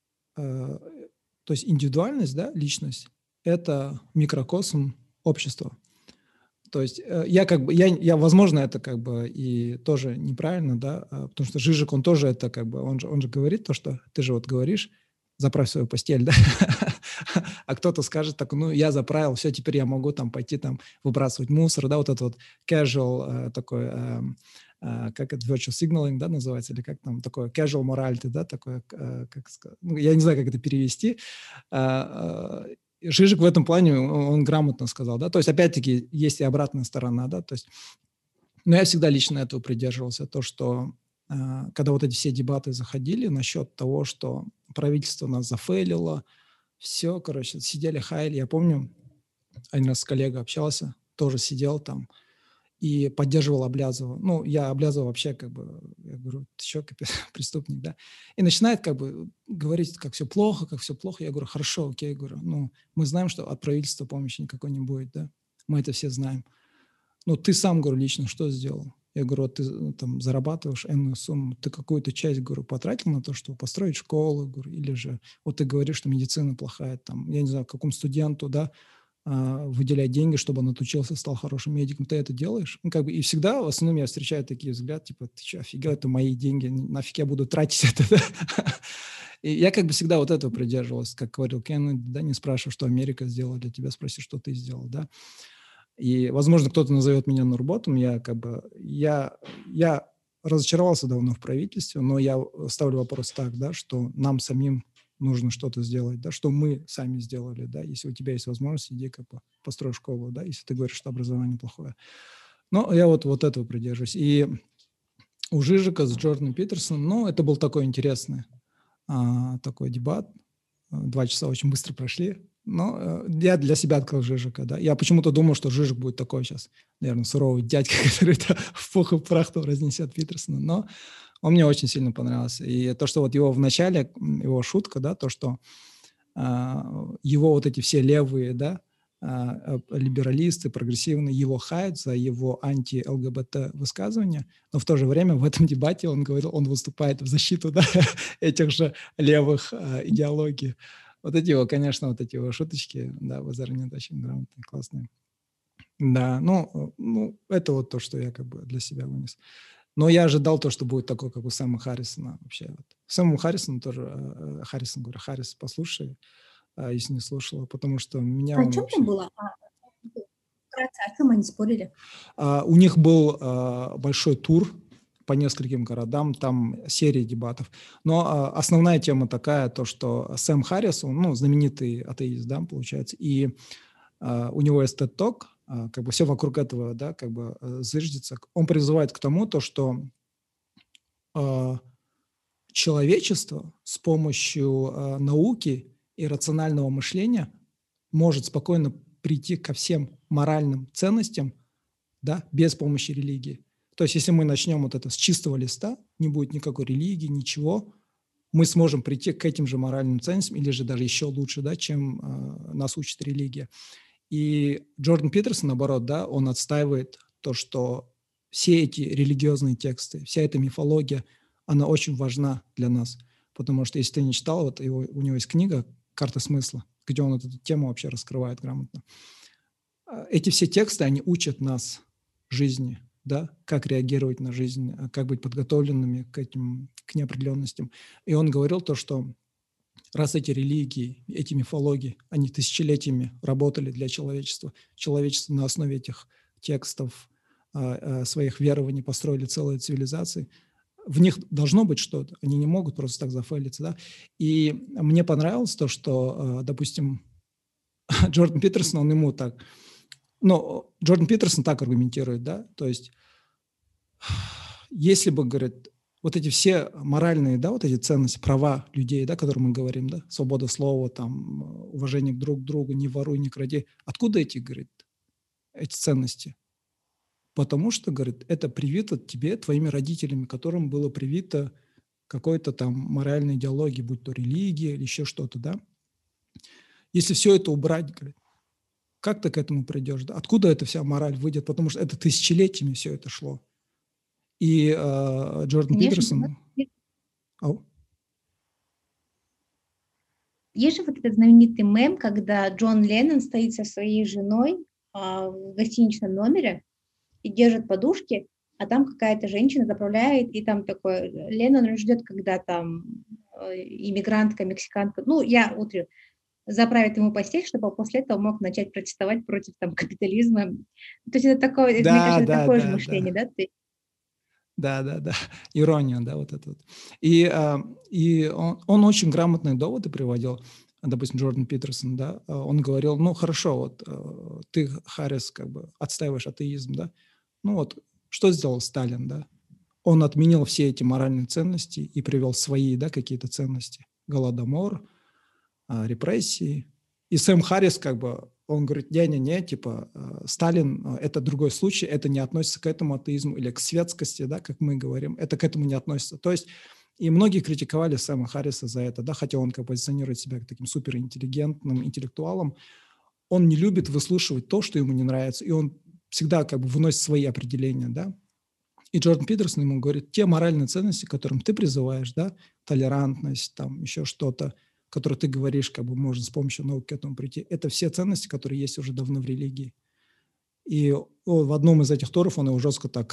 то есть индивидуальность, да, личность, это микрокосм общества. То есть я как бы, я, возможно, это как бы и тоже неправильно, да, потому что Жижик, он тоже это как бы, он же говорит то, что ты же вот говоришь, заправь свою постель, да, а кто-то скажет так, ну, я заправил, все, теперь я могу там пойти там выбрасывать мусор, да, вот это вот casual такой, как это, virtual signaling, да, называется, или как там, такое casual morality, да, такое, как сказать, ну, я не знаю, как это перевести, Жижик в этом плане, он грамотно сказал, да, то есть, опять-таки, есть и обратная сторона, да, то есть, но я всегда лично этого придерживался, то, что когда вот эти все дебаты заходили насчет того, что правительство нас зафейлило, все, короче, сидели, хаяли, я помню, один раз с коллегой общался, тоже сидел там и поддерживал Аблязова. Ну, я Аблязова вообще как бы, я говорю, ты что, преступник, да? И начинает как бы говорить, как все плохо, как все плохо. Я говорю, хорошо, окей, говорю, ну, мы знаем, что от правительства помощи никакой не будет, да? Мы это все знаем. Ну, ты сам, говорю, лично что сделал? Я говорю, вот ты там зарабатываешь энную сумму, ты какую-то часть, говорю, потратил на то, чтобы построить школу, говорю, или же вот ты говоришь, что медицина плохая, там, я не знаю, какому студенту, да, выделять деньги, чтобы он отучился, стал хорошим медиком, ты это делаешь? Ну, как бы, и всегда в основном я встречаю такие взгляды, типа, ты что, офигел, это мои деньги, нафиг я буду тратить это, да? И я как бы всегда вот этого придерживался, как говорил Кеннеди, да, не спрашивай, что Америка сделала для тебя, спроси, что ты сделал, да? И, возможно, кто-то назовет меня Нурботом, я как бы, я разочаровался давно в правительстве, но я ставлю вопрос так, да, что нам самим нужно что-то сделать, да, что мы сами сделали, да, если у тебя есть возможность, иди как бы построй школу, да, если ты говоришь, что образование плохое. Но я вот этого придерживаюсь. И у Жижика с Джорданом Питерсоном, ну, это был такой интересный такой дебат. 2 часа очень быстро прошли. Но я для себя открыл Жижика, да. Я почему-то думал, что Жижик будет такой сейчас, наверное, суровый дядька, который в пух и прах разнесет Питерсона. Но он мне очень сильно понравился. И то, что вот его в начале, его шутка, да, то, что его вот эти все левые, да, либералисты, прогрессивные, его хают за его анти-ЛГБТ высказывания, но в то же время в этом дебате он говорил, он выступает в защиту, да, этих же левых идеологий. Вот эти его, конечно, вот эти его шуточки, да, в Азарнет очень грамотные, классные. Да, ну, это вот то, что я как бы для себя вынес. Но я ожидал то, что будет такой, как у Сэма Харрисона вообще. Вот. Сэму Харрисону тоже, Харрисон, говорю, Харрис, послушай, если не слушала, потому что меня А о он чем там вообще... было? Вкратце, о чем они спорили? У них был большой тур по нескольким городам, там серия дебатов. Но основная тема такая, то, что Сэм Харрис, он, ну, знаменитый атеист, да, получается, и у него есть TED Talk, как бы все вокруг этого, да, как бы зыждется. Он призывает к тому, то, что человечество с помощью науки и рационального мышления может спокойно прийти ко всем моральным ценностям, да, без помощи религии. То есть если мы начнем вот это с чистого листа, не будет никакой религии, ничего, мы сможем прийти к этим же моральным ценностям или же даже еще лучше, да, чем нас учит религия. И Джордан Питерсон, наоборот, да, он отстаивает то, что все эти религиозные тексты, вся эта мифология, она очень важна для нас. Потому что, если ты не читал, вот у него есть книга «Карта смысла», где он эту тему вообще раскрывает грамотно. Эти все тексты, они учат нас жизни, да, как реагировать на жизнь, как быть подготовленными к неопределенностям. И он говорил то, что раз эти религии, эти мифологии, они тысячелетиями работали для человечества, человечество на основе этих текстов, своих верований построили целые цивилизации, в них должно быть что-то, они не могут просто так зафейлиться, да. И мне понравилось то, что, допустим, Джордан Питерсон, он ему так, ну, Джордан Питерсон так аргументирует, да, то есть если бы, говорит, вот эти все моральные, да, вот эти ценности, права людей, да, о которых мы говорим, да, свобода слова, там, уважение друг к другу, не воруй, не кради, откуда эти, говорит, эти ценности? Потому что, говорит, это привито тебе твоими родителями, которым было привито какой-то там моральной идеологии, будь то религия или еще что-то, да. Если все это убрать, говорит, как ты к этому придешь? Да? Откуда эта вся мораль выйдет? Потому что это тысячелетиями все это шло. И Джордан Конечно, Питерсон... Есть же вот этот знаменитый мем, когда Джон Леннон стоит со своей женой в гостиничном номере и держит подушки, а там какая-то женщина заправляет, и там такой Леннон ждет, когда там иммигрантка, мексиканка, ну, я утрирую, заправит ему постель, чтобы после этого мог начать протестовать против там капитализма. То есть это такое, мне кажется, это такое же мышление, да? Да. Ирония, да, вот это вот. И он очень грамотные доводы приводил, допустим, Джордан Питерсон, да, он говорил, ну, хорошо, вот ты, Харрис, как бы отстаиваешь атеизм, да, ну вот, что сделал Сталин, да? Он отменил все эти моральные ценности и привел свои, да, какие-то ценности. Голодомор, репрессии. И Сэм Харрис, как бы, он говорит, не, типа, Сталин – это другой случай, это не относится к этому атеизму или к светскости, да, как мы говорим, это к этому не относится. То есть, и многие критиковали Сэма Харриса за это, да, хотя он как позиционирует себя таким суперинтеллигентным интеллектуалом, он не любит выслушивать то, что ему не нравится, и он всегда как бы выносит свои определения, да. И Джордан Питерсон ему говорит, те моральные ценности, к которым ты призываешь, да, толерантность, там еще что-то, которые ты говоришь, как бы можно с помощью науки к этому прийти, это все ценности, которые есть уже давно в религии. И в одном из этих торов он его жестко так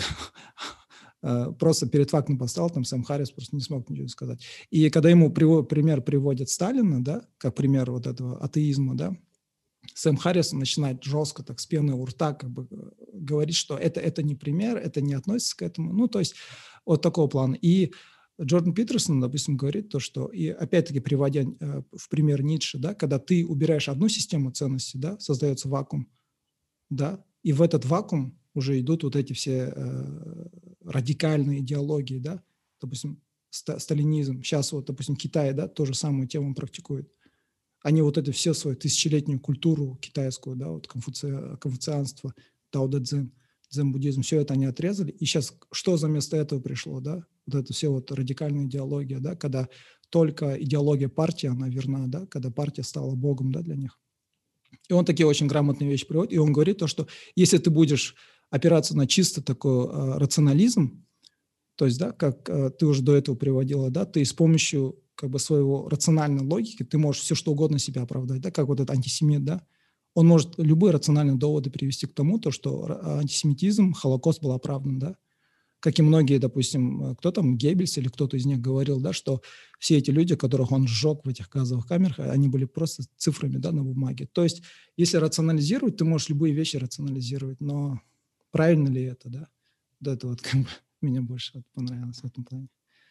просто перед фактом поставил, там Сэм Харрис просто не смог ничего сказать. И когда ему пример приводят Сталина, да, как пример вот этого атеизма, да, Сэм Харрис начинает жестко, так, с пены у рта, как бы говорить, что это не пример, это не относится к этому. Ну, то есть вот такого плана. И Джордан Питерсон, допустим, говорит то, что, и опять-таки приводя в пример Ницше, да, когда ты убираешь одну систему ценностей, да, создается вакуум, да, и в этот вакуум уже идут вот эти все радикальные идеологии, да, допустим, сталинизм. Сейчас вот, допустим, Китай, да, ту же самую тему практикует. Они вот это все свою тысячелетнюю культуру китайскую, да, вот конфуцианство, дао-дэ-цзин, дзен-буддизм, все это они отрезали. И сейчас что заместо этого пришло, да? Вот это все вот радикальная идеология, да, когда только идеология партии, она верна, да, когда партия стала богом, да, для них. И он такие очень грамотные вещи приводит, и он говорит то, что если ты будешь опираться на чисто такой рационализм, то есть, да, как ты уже до этого приводила, да, ты с помощью как бы своего рациональной логики, ты можешь все что угодно себя оправдать, да, как вот этот антисемит, да, он может любые рациональные доводы привести к тому, то, что антисемитизм, Холокост был оправдан, да, как и многие, допустим, кто там, Геббельс или кто-то из них говорил, да, что все эти люди, которых он сжег в этих газовых камерах, они были просто цифрами, да, на бумаге. То есть, если рационализировать, ты можешь любые вещи рационализировать, но правильно ли это, да? Вот это вот как бы мне больше вот понравилось в этом плане.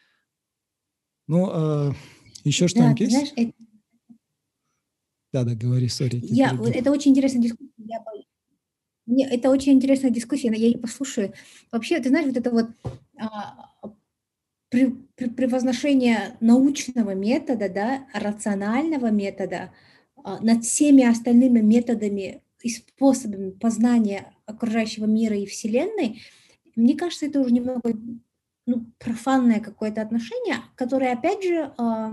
Ну, еще что-нибудь есть? Знаешь, Да, говори, сори, я тебя перебил. это очень интересная дискуссия. Это очень интересная дискуссия, я ее послушаю. Вообще, ты знаешь, вот это вот а, превозношение научного метода, да, рационального метода над всеми остальными методами и способами познания окружающего мира и Вселенной, мне кажется, это уже немного профанное какое-то отношение, которое, опять же,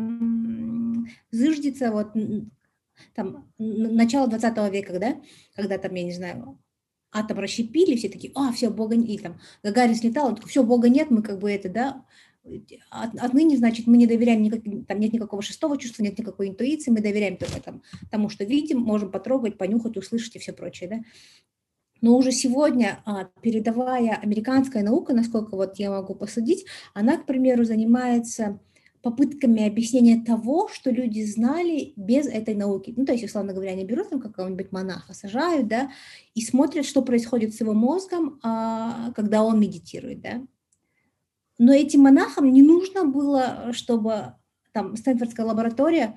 зыждется вот там начало 20 века, да, когда там, я не знаю, атом расщепили, все такие, все, Бога нет, и там Гагарин слетал, он такой, все, Бога нет, мы как бы это, да, отныне, значит, мы не доверяем, там нет никакого шестого чувства, нет никакой интуиции, мы доверяем только тому, что видим, можем потрогать, понюхать, услышать и все прочее, да. Но уже сегодня передовая американская наука, насколько вот я могу посудить, она, к примеру, занимается попытками объяснения того, что люди знали без этой науки. Ну, то есть, условно говоря, они берут там какого-нибудь монаха, сажают, да, и смотрят, что происходит с его мозгом, когда он медитирует, да. Но этим монахам не нужно было, чтобы там Стэнфордская лаборатория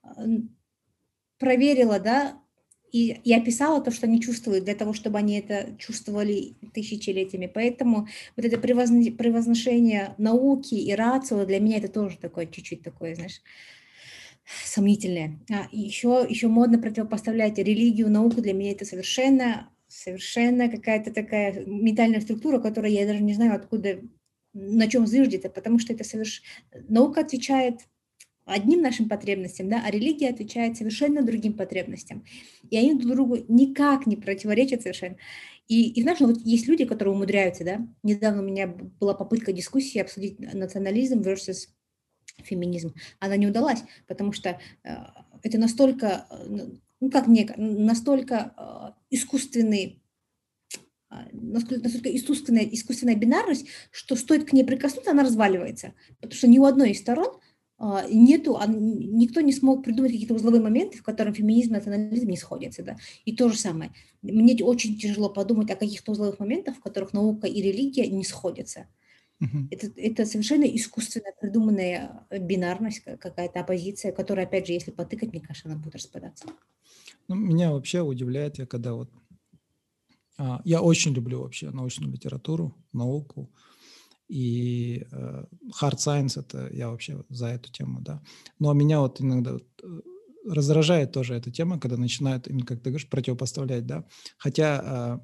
проверила, да, и описала то, что они чувствуют, для того, чтобы они это чувствовали тысячелетиями. Поэтому вот это превозношение науки и рацио для меня это тоже такое, чуть-чуть такое, знаешь, сомнительное. Еще модно противопоставлять религию, науку. Для меня это совершенно какая-то такая ментальная структура, которая я даже не знаю, откуда, на чем зыждется, потому что это наука отвечает одним нашим потребностям, да, а религия отвечает совершенно другим потребностям. И они друг другу никак не противоречат совершенно. И знаешь, вот есть люди, которые умудряются, да. Недавно у меня была попытка дискуссии обсудить национализм versus феминизм. Она не удалась, потому что это настолько, настолько искусственная искусственная бинарность, что стоит к ней прикоснуться, она разваливается. Потому что ни у одной из сторон никто не смог придумать какие-то узловые моменты, в которых феминизм и национализм не сходятся. Да? И то же самое. Мне очень тяжело подумать о каких-то узловых моментах, в которых наука и религия не сходятся. Это совершенно искусственно придуманная бинарность, какая-то оппозиция, которая, опять же, если потыкать, мне кажется, она будет распадаться. Ну, меня вообще удивляет, я очень люблю вообще научную литературу, науку, и hard science, это я вообще за эту тему, да. Но меня вот иногда раздражает тоже эта тема, когда начинают, именно как ты говоришь, противопоставлять, да. Хотя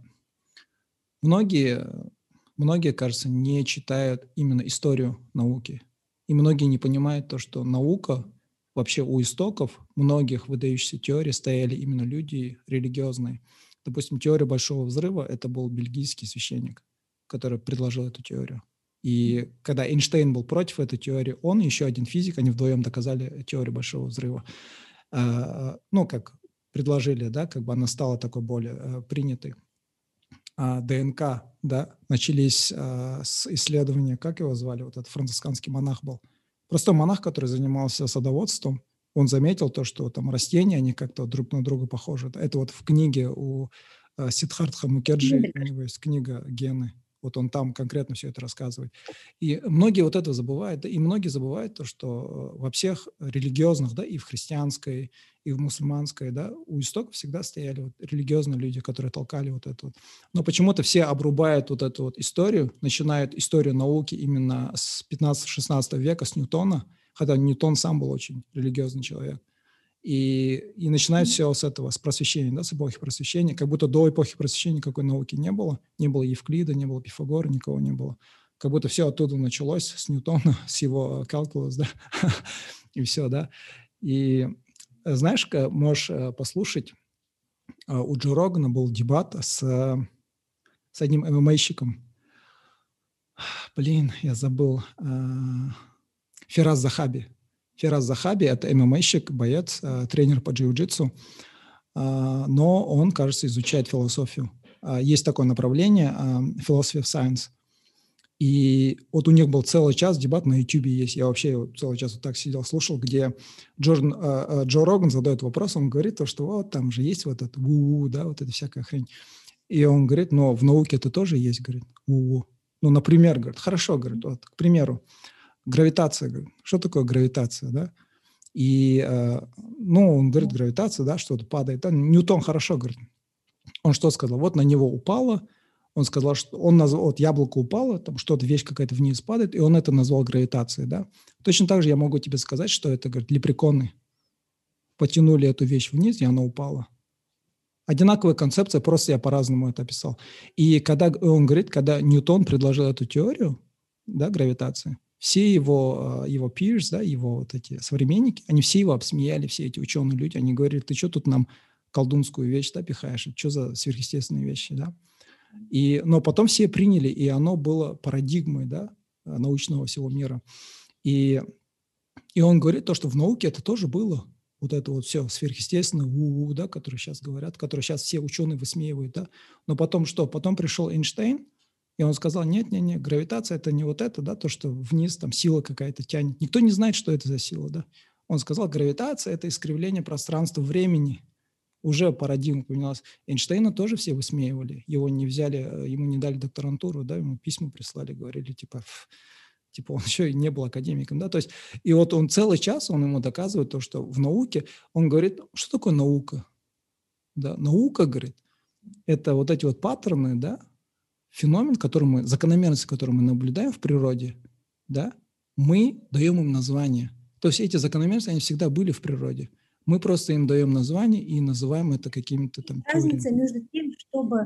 многие, кажется, не читают именно историю науки. И многие не понимают то, что наука, вообще у истоков многих выдающихся теорий стояли именно люди религиозные. Допустим, теория Большого взрыва – это был бельгийский священник, который предложил эту теорию. И когда Эйнштейн был против этой теории, он и еще один физик, они вдвоем доказали теорию Большого взрыва. Как предложили, да, как бы она стала такой более принятой. ДНК, да, начались с исследования, как его звали, вот этот францисканский монах был. Простой монах, который занимался садоводством, он заметил то, что там растения, они как-то друг на друга похожи. Это вот в книге у Сиддхартха Мукерджи, у него есть книга «Гены». Вот он там конкретно все это рассказывает. И многие вот это забывают, да, и многие забывают то, что во всех религиозных, да, и в христианской, и в мусульманской, да, у истоков всегда стояли вот религиозные люди, которые толкали вот это вот. Но почему-то все обрубают вот эту вот историю, начинают историю науки именно с 15-16 века, с Ньютона, хотя Ньютон сам был очень религиозный человек. И начинают все с этого, с просвещения, да, с эпохи просвещения, как будто до эпохи просвещения никакой науки не было Евклида, не было Пифагора, никого не было. Как будто все оттуда началось, с Ньютона, с его calculus, да, и все, да. И знаешь, можешь послушать, у Джо Рогана был дебат с одним ММА-щиком. Я забыл. Фираз Захаби. Фираз Захаби – это ММА-щик, боец, тренер по джиу-джитсу, но он, кажется, изучает философию. Есть такое направление – philosophy of science. И вот у них был целый час дебат, на YouTube есть. Я вообще целый час вот так сидел, слушал, где Джо Роган задает вопрос, он говорит, что вот там же есть вот это да, вот эта всякая хрень. И он говорит, но в науке это тоже есть, говорит, Ну, например, говорит, хорошо, говорит, вот, к примеру, гравитация, говорит, что такое гравитация, да? И, ну, он говорит, гравитация, да, что-то падает. Да? Ньютон хорошо, говорит. Он что сказал? Вот на него упало, он сказал, что он назвал, вот яблоко упало, там что-то, вещь какая-то вниз падает, и он это назвал гравитацией, да. Точно так же я могу тебе сказать, что это, говорит, лепреконы потянули эту вещь вниз, и она упала. Одинаковая концепция, просто я по-разному это описал. И когда он говорит, когда Ньютон предложил эту теорию, да, гравитации, все его peers, да, его вот эти современники, они все его обсмеяли, все эти ученые люди, они говорили, ты что тут нам колдунскую вещь, да, пихаешь, что за сверхъестественные вещи, да. Но потом все приняли, и оно было парадигмой, да, научного всего мира. И он говорит то, что в науке это тоже было. Вот это вот все сверхъестественное, да, которые сейчас говорят, которые сейчас все ученые высмеивают, да. Но потом что? Потом пришел Эйнштейн, и он сказал, нет, гравитация – это не вот это, да, то, что вниз там сила какая-то тянет. Никто не знает, что это за сила, да. Он сказал, гравитация – это искривление пространства-времени. Уже парадигма поменялась. Эйнштейна тоже все высмеивали. Его не взяли, ему не дали докторантуру, да, ему письма прислали, говорили, типа он еще и не был академиком, да, то есть, и вот он целый час, он ему доказывает то, что в науке, он говорит, что такое наука? Да, наука, говорит, это вот эти вот паттерны, да, феномен, закономерности, которые мы наблюдаем в природе, да, мы даем им название. То есть эти закономерности, они всегда были в природе. Мы просто им даем название и называем это какими-то там теориями. Разница между тем, чтобы...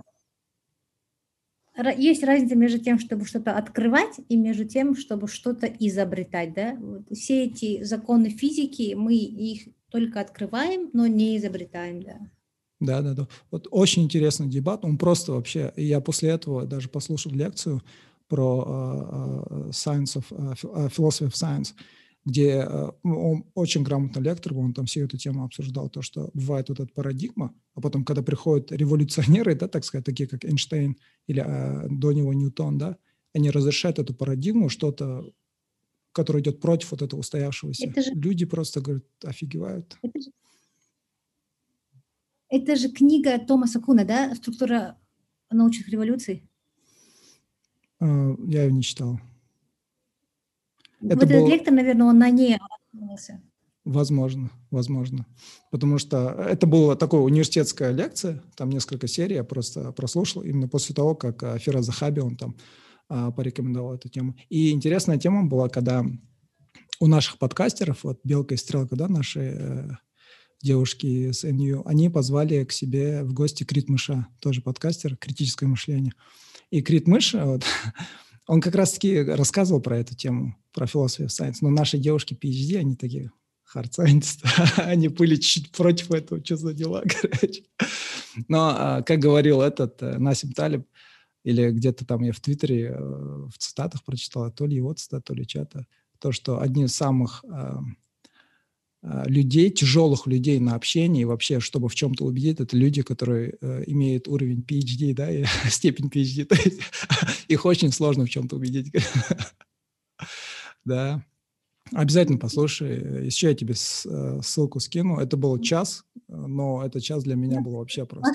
Есть разница между тем, чтобы что-то открывать, и между тем, чтобы что-то изобретать, да? Вот все эти законы физики, мы их только открываем, но не изобретаем, да. Да. Вот очень интересный дебат. Он просто вообще... Я после этого даже послушал лекцию про philosophy of science, где он очень грамотный лектор, он там всю эту тему обсуждал, то, что бывает вот эта парадигма, а потом, когда приходят революционеры, да, так сказать, такие как Эйнштейн или до него Ньютон, да, они разрешают эту парадигму, что-то, которое идет против вот этого устоявшегося. Люди просто, говорят, офигевают. Это же книга Томаса Куна, да, «Структура научных революций». Я ее не читал. Вот этот лектор, наверное, он на ней основывался. Возможно. Потому что это была такая университетская лекция, там несколько серий, я просто прослушал именно после того, как Фираз Захаби, он там порекомендовал эту тему. И интересная тема была, когда у наших подкастеров, вот Белка и Стрелка, да, наши девушки с НЮ, они позвали к себе в гости Крит Мыша, тоже подкастер, критическое мышление. И Крит Мыш, вот, он как раз-таки рассказывал про эту тему, про philosophy of science, но наши девушки PhD, они такие hard scientists, они были чуть против этого, что за дела, короче. Но, как говорил этот Насим Талиб, или где-то там я в Твиттере в цитатах прочитал, то ли его цитат, то ли чья-то, то, что одни из самых людей, тяжелых людей на общение и вообще, чтобы в чем-то убедить, это люди, которые имеют уровень PhD, да, и степень PhD. То есть их очень сложно в чем-то убедить. Да. Обязательно послушай. Еще я тебе ссылку скину. Это был час, но этот час для меня был вообще просто...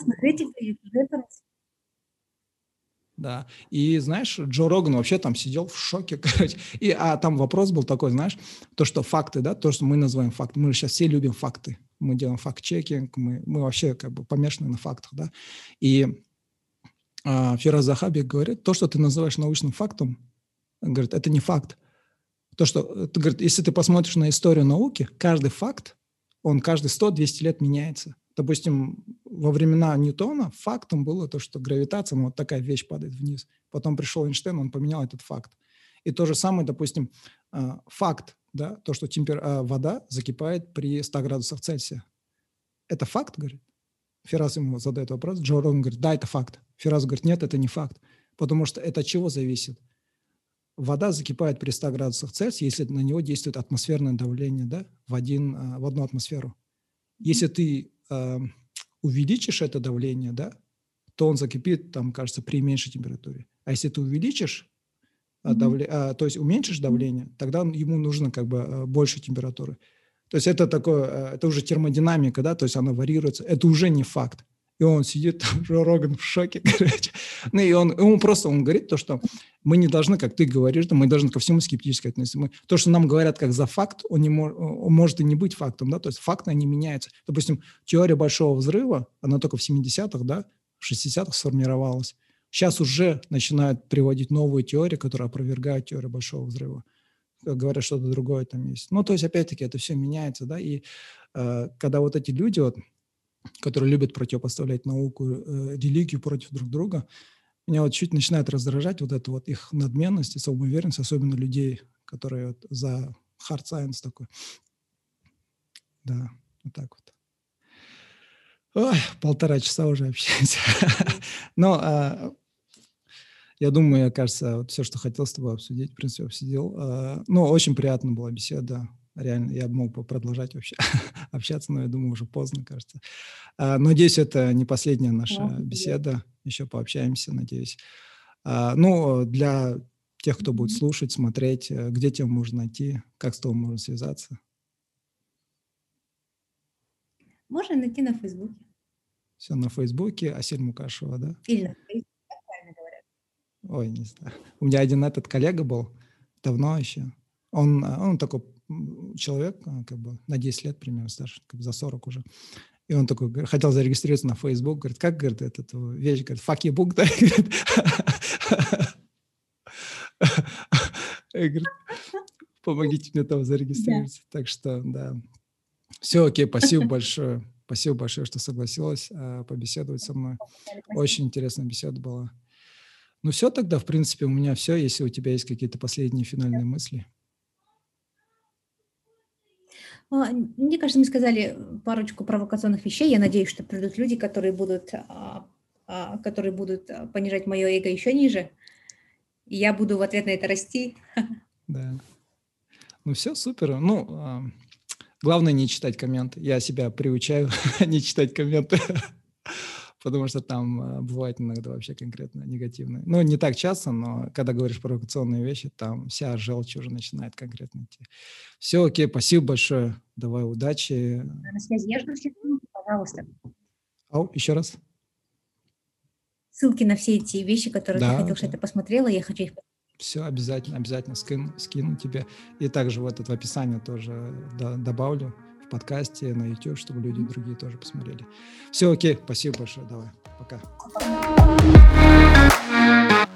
Да. И, знаешь, Джо Роган вообще там сидел в шоке, короче. А там вопрос был такой, знаешь, то, что факты, да, то, что мы называем факты. Мы сейчас все любим факты. Мы делаем факт-чекинг, мы вообще как бы помешаны на фактах, да. И Фираз Захаби говорит, то, что ты называешь научным фактом, говорит, это не факт. То, что, ты, говорит, если ты посмотришь на историю науки, каждый факт, он каждые 100-200 лет меняется. Допустим, во времена Ньютона фактом было то, что гравитация, вот такая вещь падает вниз. Потом пришел Эйнштейн, он поменял этот факт. И то же самое, допустим, факт, да, то, что вода закипает при 100 градусах Цельсия. Это факт, говорит? Фираз ему задает вопрос, Джо Роган говорит, да, это факт. Фираз говорит, нет, это не факт. Потому что это от чего зависит? Вода закипает при 100 градусах Цельсия, если на него действует атмосферное давление, да, в одну атмосферу. Если ты увеличишь это давление, да, то он закипит, там, кажется, при меньшей температуре. А если ты увеличишь, то есть уменьшишь давление, тогда ему нужно как бы больше температуры. То есть это такое, это уже термодинамика, да, то есть она варьируется. Это уже не факт. И он сидит, там, Джо Роган в шоке, короче. Ну, и он говорит то, что мы не должны, как ты говоришь, мы должны ко всему скептически относиться. То, что нам говорят как за факт, он может и не быть фактом, да, то есть факты, они меняются. Допустим, теория Большого взрыва, она только в 70-х, да, в 60-х сформировалась. Сейчас уже начинают приводить новые теории, которые опровергают теорию Большого взрыва. Говорят, что-то другое там есть. Ну, то есть, опять-таки, это все меняется, да, и когда вот эти люди, вот, которые любят противопоставлять науку, религию против друг друга, меня вот чуть начинает раздражать вот эта вот их надменность и самоуверенность, особенно людей, которые вот за hard science такой. Да, вот так вот. Ой, 1,5 часа уже общаемся. Но я думаю, кажется, вот все, что хотел с тобой обсудить, в принципе, обсудил. Ну, очень приятная была беседа. Реально, я мог бы продолжать вообще общаться, но я думаю, уже поздно, кажется. Надеюсь, это не последняя наша беседа. Еще пообщаемся, надеюсь. Ну, для тех, кто будет слушать, смотреть, где тебя можно найти, как с тобой можно связаться? Можно найти на Фейсбуке. Все на Фейсбуке, Асель Мукашева, да? Или на Фейсбуке, как правильно говорят. Ой, не знаю. У меня один этот коллега был, давно еще. Он такой человек, как бы на 10 лет примерно старше, как бы за 40 уже. И он такой хотел зарегистрироваться на Facebook, говорит, как, говорит, эту вещь, говорит, fuck you book, да? Говорит, помогите мне там зарегистрироваться. Так что, да. Все, окей, спасибо большое. Спасибо большое, что согласилась побеседовать со мной. Очень интересная беседа была. Ну все тогда, в принципе, у меня все. Если у тебя есть какие-то последние финальные мысли. Мне кажется, мы сказали парочку провокационных вещей. Я надеюсь, что придут люди, которые будут понижать мое эго еще ниже. И я буду в ответ на это расти. Да. Ну все, супер. Ну, главное не читать комменты. Я себя приучаю не читать комменты, потому что там бывает иногда вообще конкретно негативные. Ну, не так часто, но когда говоришь провокационные вещи, там вся желчь уже начинает конкретно идти. Все, окей, спасибо большое. Давай, удачи. На связи. Я жду всех, пожалуйста. Еще раз. Ссылки на все эти вещи, которые ты хотел, чтобы я посмотрела, я хочу их... Все, обязательно скину тебе. И также вот это в описании тоже добавлю в подкасте, на YouTube, чтобы люди другие тоже посмотрели. Все, окей, спасибо большое, давай, пока.